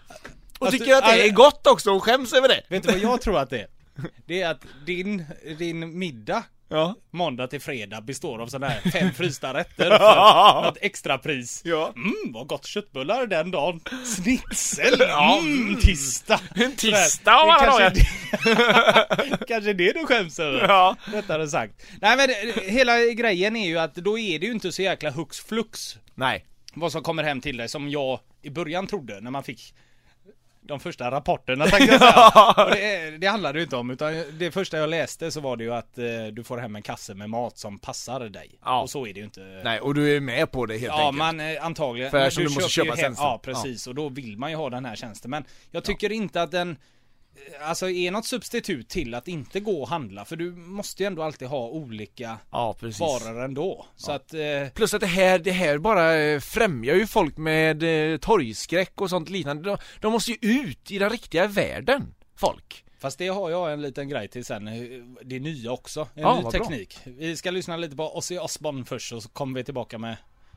Och att tycker du, att det är gott också och skäms över det. Vet du vad jag tror att det är? Det är att din, din middag ja. måndag till fredag består av sådana här fem frysta rätter för något extra pris. Ja. Mm, vad gott köttbullar den dagen. Snitsel, mm, tisdag. En tisdag av alla dagar. Kanske det du skäms över. Ja. Rättare sagt. Nej men hela grejen är ju att då är det ju inte så jäkla hux flux. Nej. Vad som kommer hem till dig som jag i början trodde när man fick de första rapporterna tänkte jag säga. Och det, det handlade ju inte om utan det första jag läste så var det ju att eh, du får hem en kasse med mat som passar dig. Ja. Och så är det ju inte. Nej, och du är med på det helt ja, enkelt. Ja, man eh, antagligen. För men du, du måste köpa hem, tjänsten. Ja, precis. Ja. Och då vill man ju ha den här tjänsten. Men jag tycker ja. inte att den alltså är något substitut till att inte gå och handla. För du måste ju ändå alltid ha olika ja, varor ändå. Så ja. att, eh... Plus att det här, det här bara främjar ju folk med eh, torgskräck och sånt liknande. De, de måste ju ut i den riktiga världen, folk. Fast det har jag en liten grej till sen. Det är nya också. En ja, ny teknik. Bra. Vi ska lyssna lite på Ozzy Osbourne först och så kommer vi tillbaka med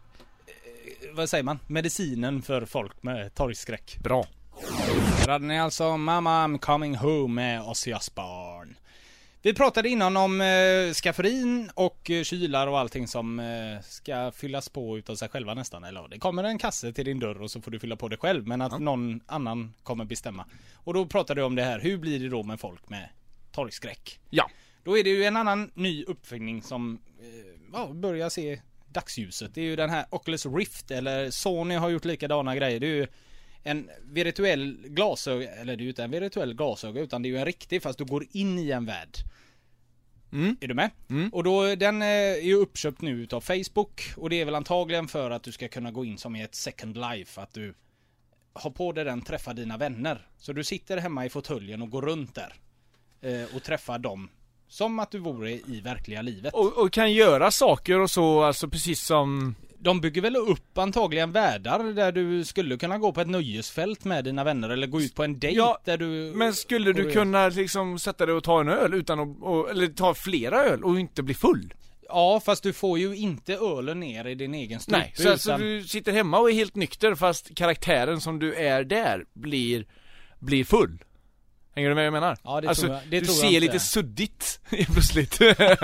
vad säger man? Medicinen för folk med torgskräck. Bra. Den är alltså Mama I'm Coming Home med Ozzy Osbourne. Vi pratade innan om eh, skafferin och eh, kylar och allting som eh, ska fyllas på utav sig själva nästan. Eller det kommer en kasse till din dörr och så får du fylla på det själv. Men att ja. någon annan kommer bestämma. Och då pratade du om det här. Hur blir det då med folk med torgskräck? Ja. Då är det ju en annan ny uppfinning som eh, ja, börjar se dagsljuset. Det är ju den här Oculus Rift. Eller Sony har gjort likadana grejer. Det är ju en virtuell glasöga, eller det är ju inte en virtuell glasöga utan det är ju en riktig fast du går in i en värld. Mm. Är du med? Mm. Och då, den är ju uppköpt nu utav Facebook och det är väl antagligen för att du ska kunna gå in som i ett second life, att du har på dig den, träffar dina vänner. Så du sitter hemma i fåtöljen och går runt där eh, och träffar dem Som att du vore i verkliga livet. Och, och kan göra saker och så, alltså precis som... De bygger väl upp antagligen världar där du skulle kunna gå på ett nöjesfält med dina vänner eller gå ut på en dejt Ja, där du... Men skulle du kunna liksom sätta dig och ta en öl utan att, och, eller ta flera öl och inte bli full? Ja, fast du får ju inte ölen ner i din egen strupe. Nej, så alltså utan... du sitter hemma och är helt nykter fast karaktären som du är där blir, blir full. Hänger du med vad jag menar? Ja, det alltså, tror jag. Det du tror ser jag lite inte. suddigt plötsligt.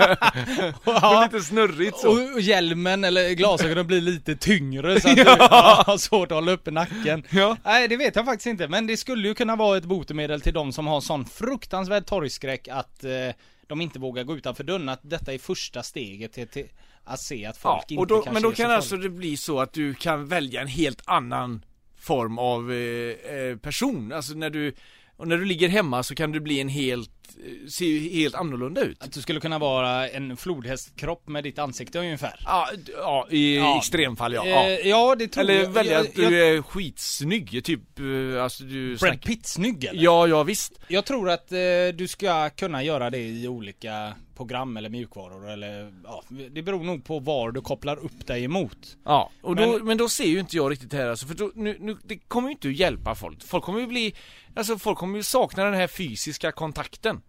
Ja. Lite snurrigt så. Och, och hjälmen eller glasögonen blir lite tyngre så att Ja. du ja, har svårt att hålla uppe nacken. Ja. Nej, det vet jag faktiskt inte. Men det skulle ju kunna vara ett botemedel till de som har sån fruktansvärd torgskräck att eh, de inte vågar gå utanför dörren. Att detta är första steget till, till att se att folk Ja, inte och då, kan men då se sig kan alltså farligt. det bli så att du kan välja en helt annan form av eh, eh, person. Alltså när du, och när du ligger hemma så kan du bli en helt, eh, se helt annorlunda ut. Att du skulle kunna vara en flodhästkropp med ditt ansikte ungefär. Ja, d- ja i Ja. extremfall ja. Eh, ja. ja, det tror Eller jag. välja jag, att du jag, är skitsnygg, typ, eh, alltså du Brad Pitt snygg eller? Ja, ja visst. Jag tror att eh, du ska kunna göra det i olika program eller mjukvaror eller ja, det beror nog på var du kopplar upp dig emot. Ja, och då, Men- men, då ser ju inte jag riktigt det här alltså, för då, nu, nu, det kommer ju inte att hjälpa folk. Folk kommer ju bli, alltså folk kommer ju sakna den här fysiska kontakten.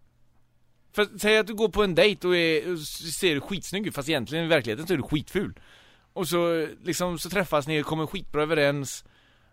För säg att du går på en dejt och, är, och ser skitsnygg ut, fast egentligen i verkligheten så är du skitful. Och så liksom så träffas ni och kommer skitbra överens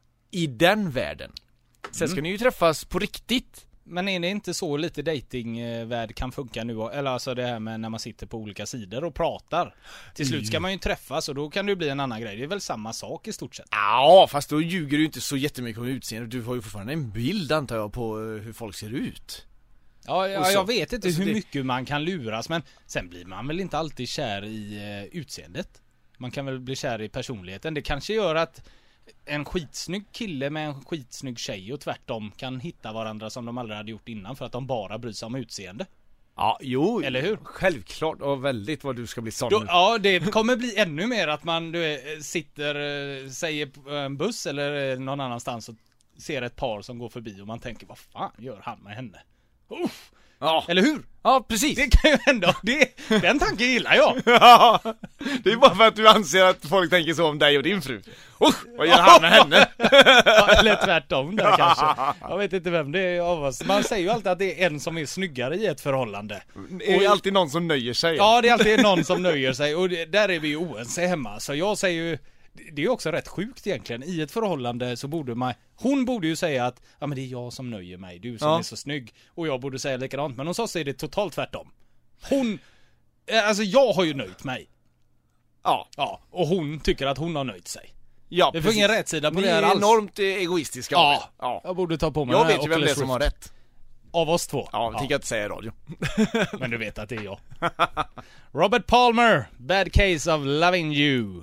i den världen. Sen ska Mm. ni ju träffas på riktigt. Men är det inte så lite datingvärld kan funka nu? Eller alltså det här med när man sitter på olika sidor och pratar. Till slut ska man ju träffas och då kan det ju bli en annan grej. Det är väl samma sak i stort sett. Ja, fast då ljuger du inte så jättemycket om utseende. Du har ju fortfarande en bild antar jag på eh, hur folk ser ut. Ja, Och ja så- jag vet inte alltså hur det- mycket man kan luras, men sen blir man väl inte alltid kär i eh, utseendet. Man kan väl bli kär i personligheten. Det kanske gör att en skitsnygg kille med en skitsnygg tjej och tvärtom kan hitta varandra som de aldrig hade gjort innan för att de bara bryr sig om utseende. Ja, jo. Eller hur? Självklart, och väldigt vad du ska bli sån. Då, ja, det kommer bli ännu mer att man du, vet, sitter, eh, säger på en buss eller eh, någon annanstans och ser ett par som går förbi och man tänker, vad fan gör han med henne? Uff. Ja. Eller hur? Ja, precis. Det kan ju hända. Det, den tanken gillar jag. Ja, det är bara för att du anser att folk tänker så om dig och din fru. Usch, vad gör han med henne? Ja, eller tvärtom där kanske. Jag vet inte vem det är av oss. Man säger ju alltid att det är en som är snyggare i ett förhållande. Det är alltid någon som nöjer sig. Ja, det är alltid någon som nöjer sig. Och det, där är vi ju oense hemma. Så jag säger ju, det är ju också rätt sjukt egentligen. I ett förhållande så borde man, hon borde ju säga att ja men det är jag som nöjer mig, du som Ja. är så snygg. Och jag borde säga likadant, men hos oss är det totalt tvärtom. Hon, eh, alltså jag har ju nöjt mig. Ja, Ja, och hon tycker att hon har nöjt sig. ja Det får ingen rätsida på Ni det här är alls. enormt eh, egoistiska av Ja, er. Ja. jag borde ta på mig Jag den här vet ju vem det är Oculus som har Rift. rätt. Av oss två. Ja, det tänker jag inte säga i radio. Men du vet att det är jag. Robert Palmer, Bad Case of Loving You.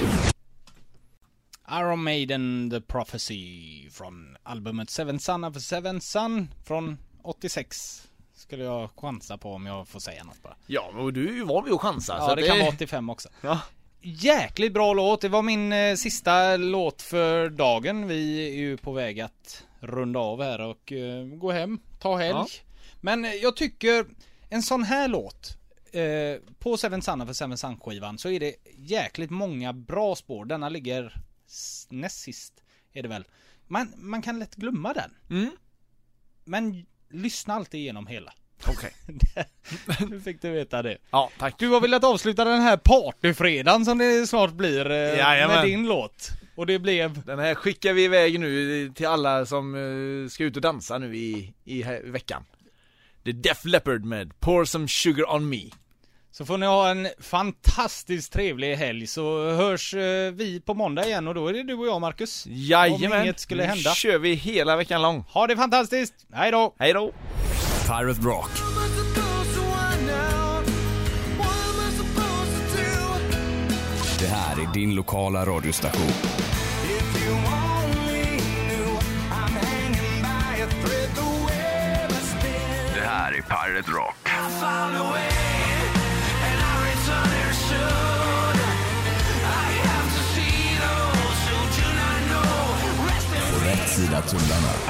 Iron Maiden, The Prophecy från albumet Seven Son of a Seven Son från åttiosex. Skulle jag chansa på om jag får säga något bara. Ja, och du är ju van vid att chansa. Ja, så det kan vara åttiofem också. Ja. Jäkligt bra låt. Det var min eh, sista låt för dagen. Vi är ju på väg att runda av här och eh, gå hem, ta helg. Ja. Men eh, jag tycker en sån här låt eh, på Seven Son of a Seven Son skivan så är det jäkligt många bra spår. Denna ligger s- näst sist är det väl. Man, man kan lätt glömma den. Mm. Men lyssna alltid igenom hela. Okej. Nu fick du veta det. Ja, tack. Du har velat avsluta den här partyfredagen som det snart blir eh, Jajamän. med din låt. Och det blev... Den här skickar vi iväg nu till alla som uh, ska ut och dansa nu i, i, här, i veckan. The Def Leppard med Pour Some Sugar On Me. Så får ni ha en fantastiskt trevlig helg så hörs eh, vi på måndag igen och då är det du och jag, Marcus. Jajamän. Om inget skulle Nu hända. kör vi hela veckan lång. Ha det fantastiskt. Hej då! Hej då! Pirate Rock. Det här är din lokala radiostation. Det här är Pirate Rock. På rätt sida tullarna.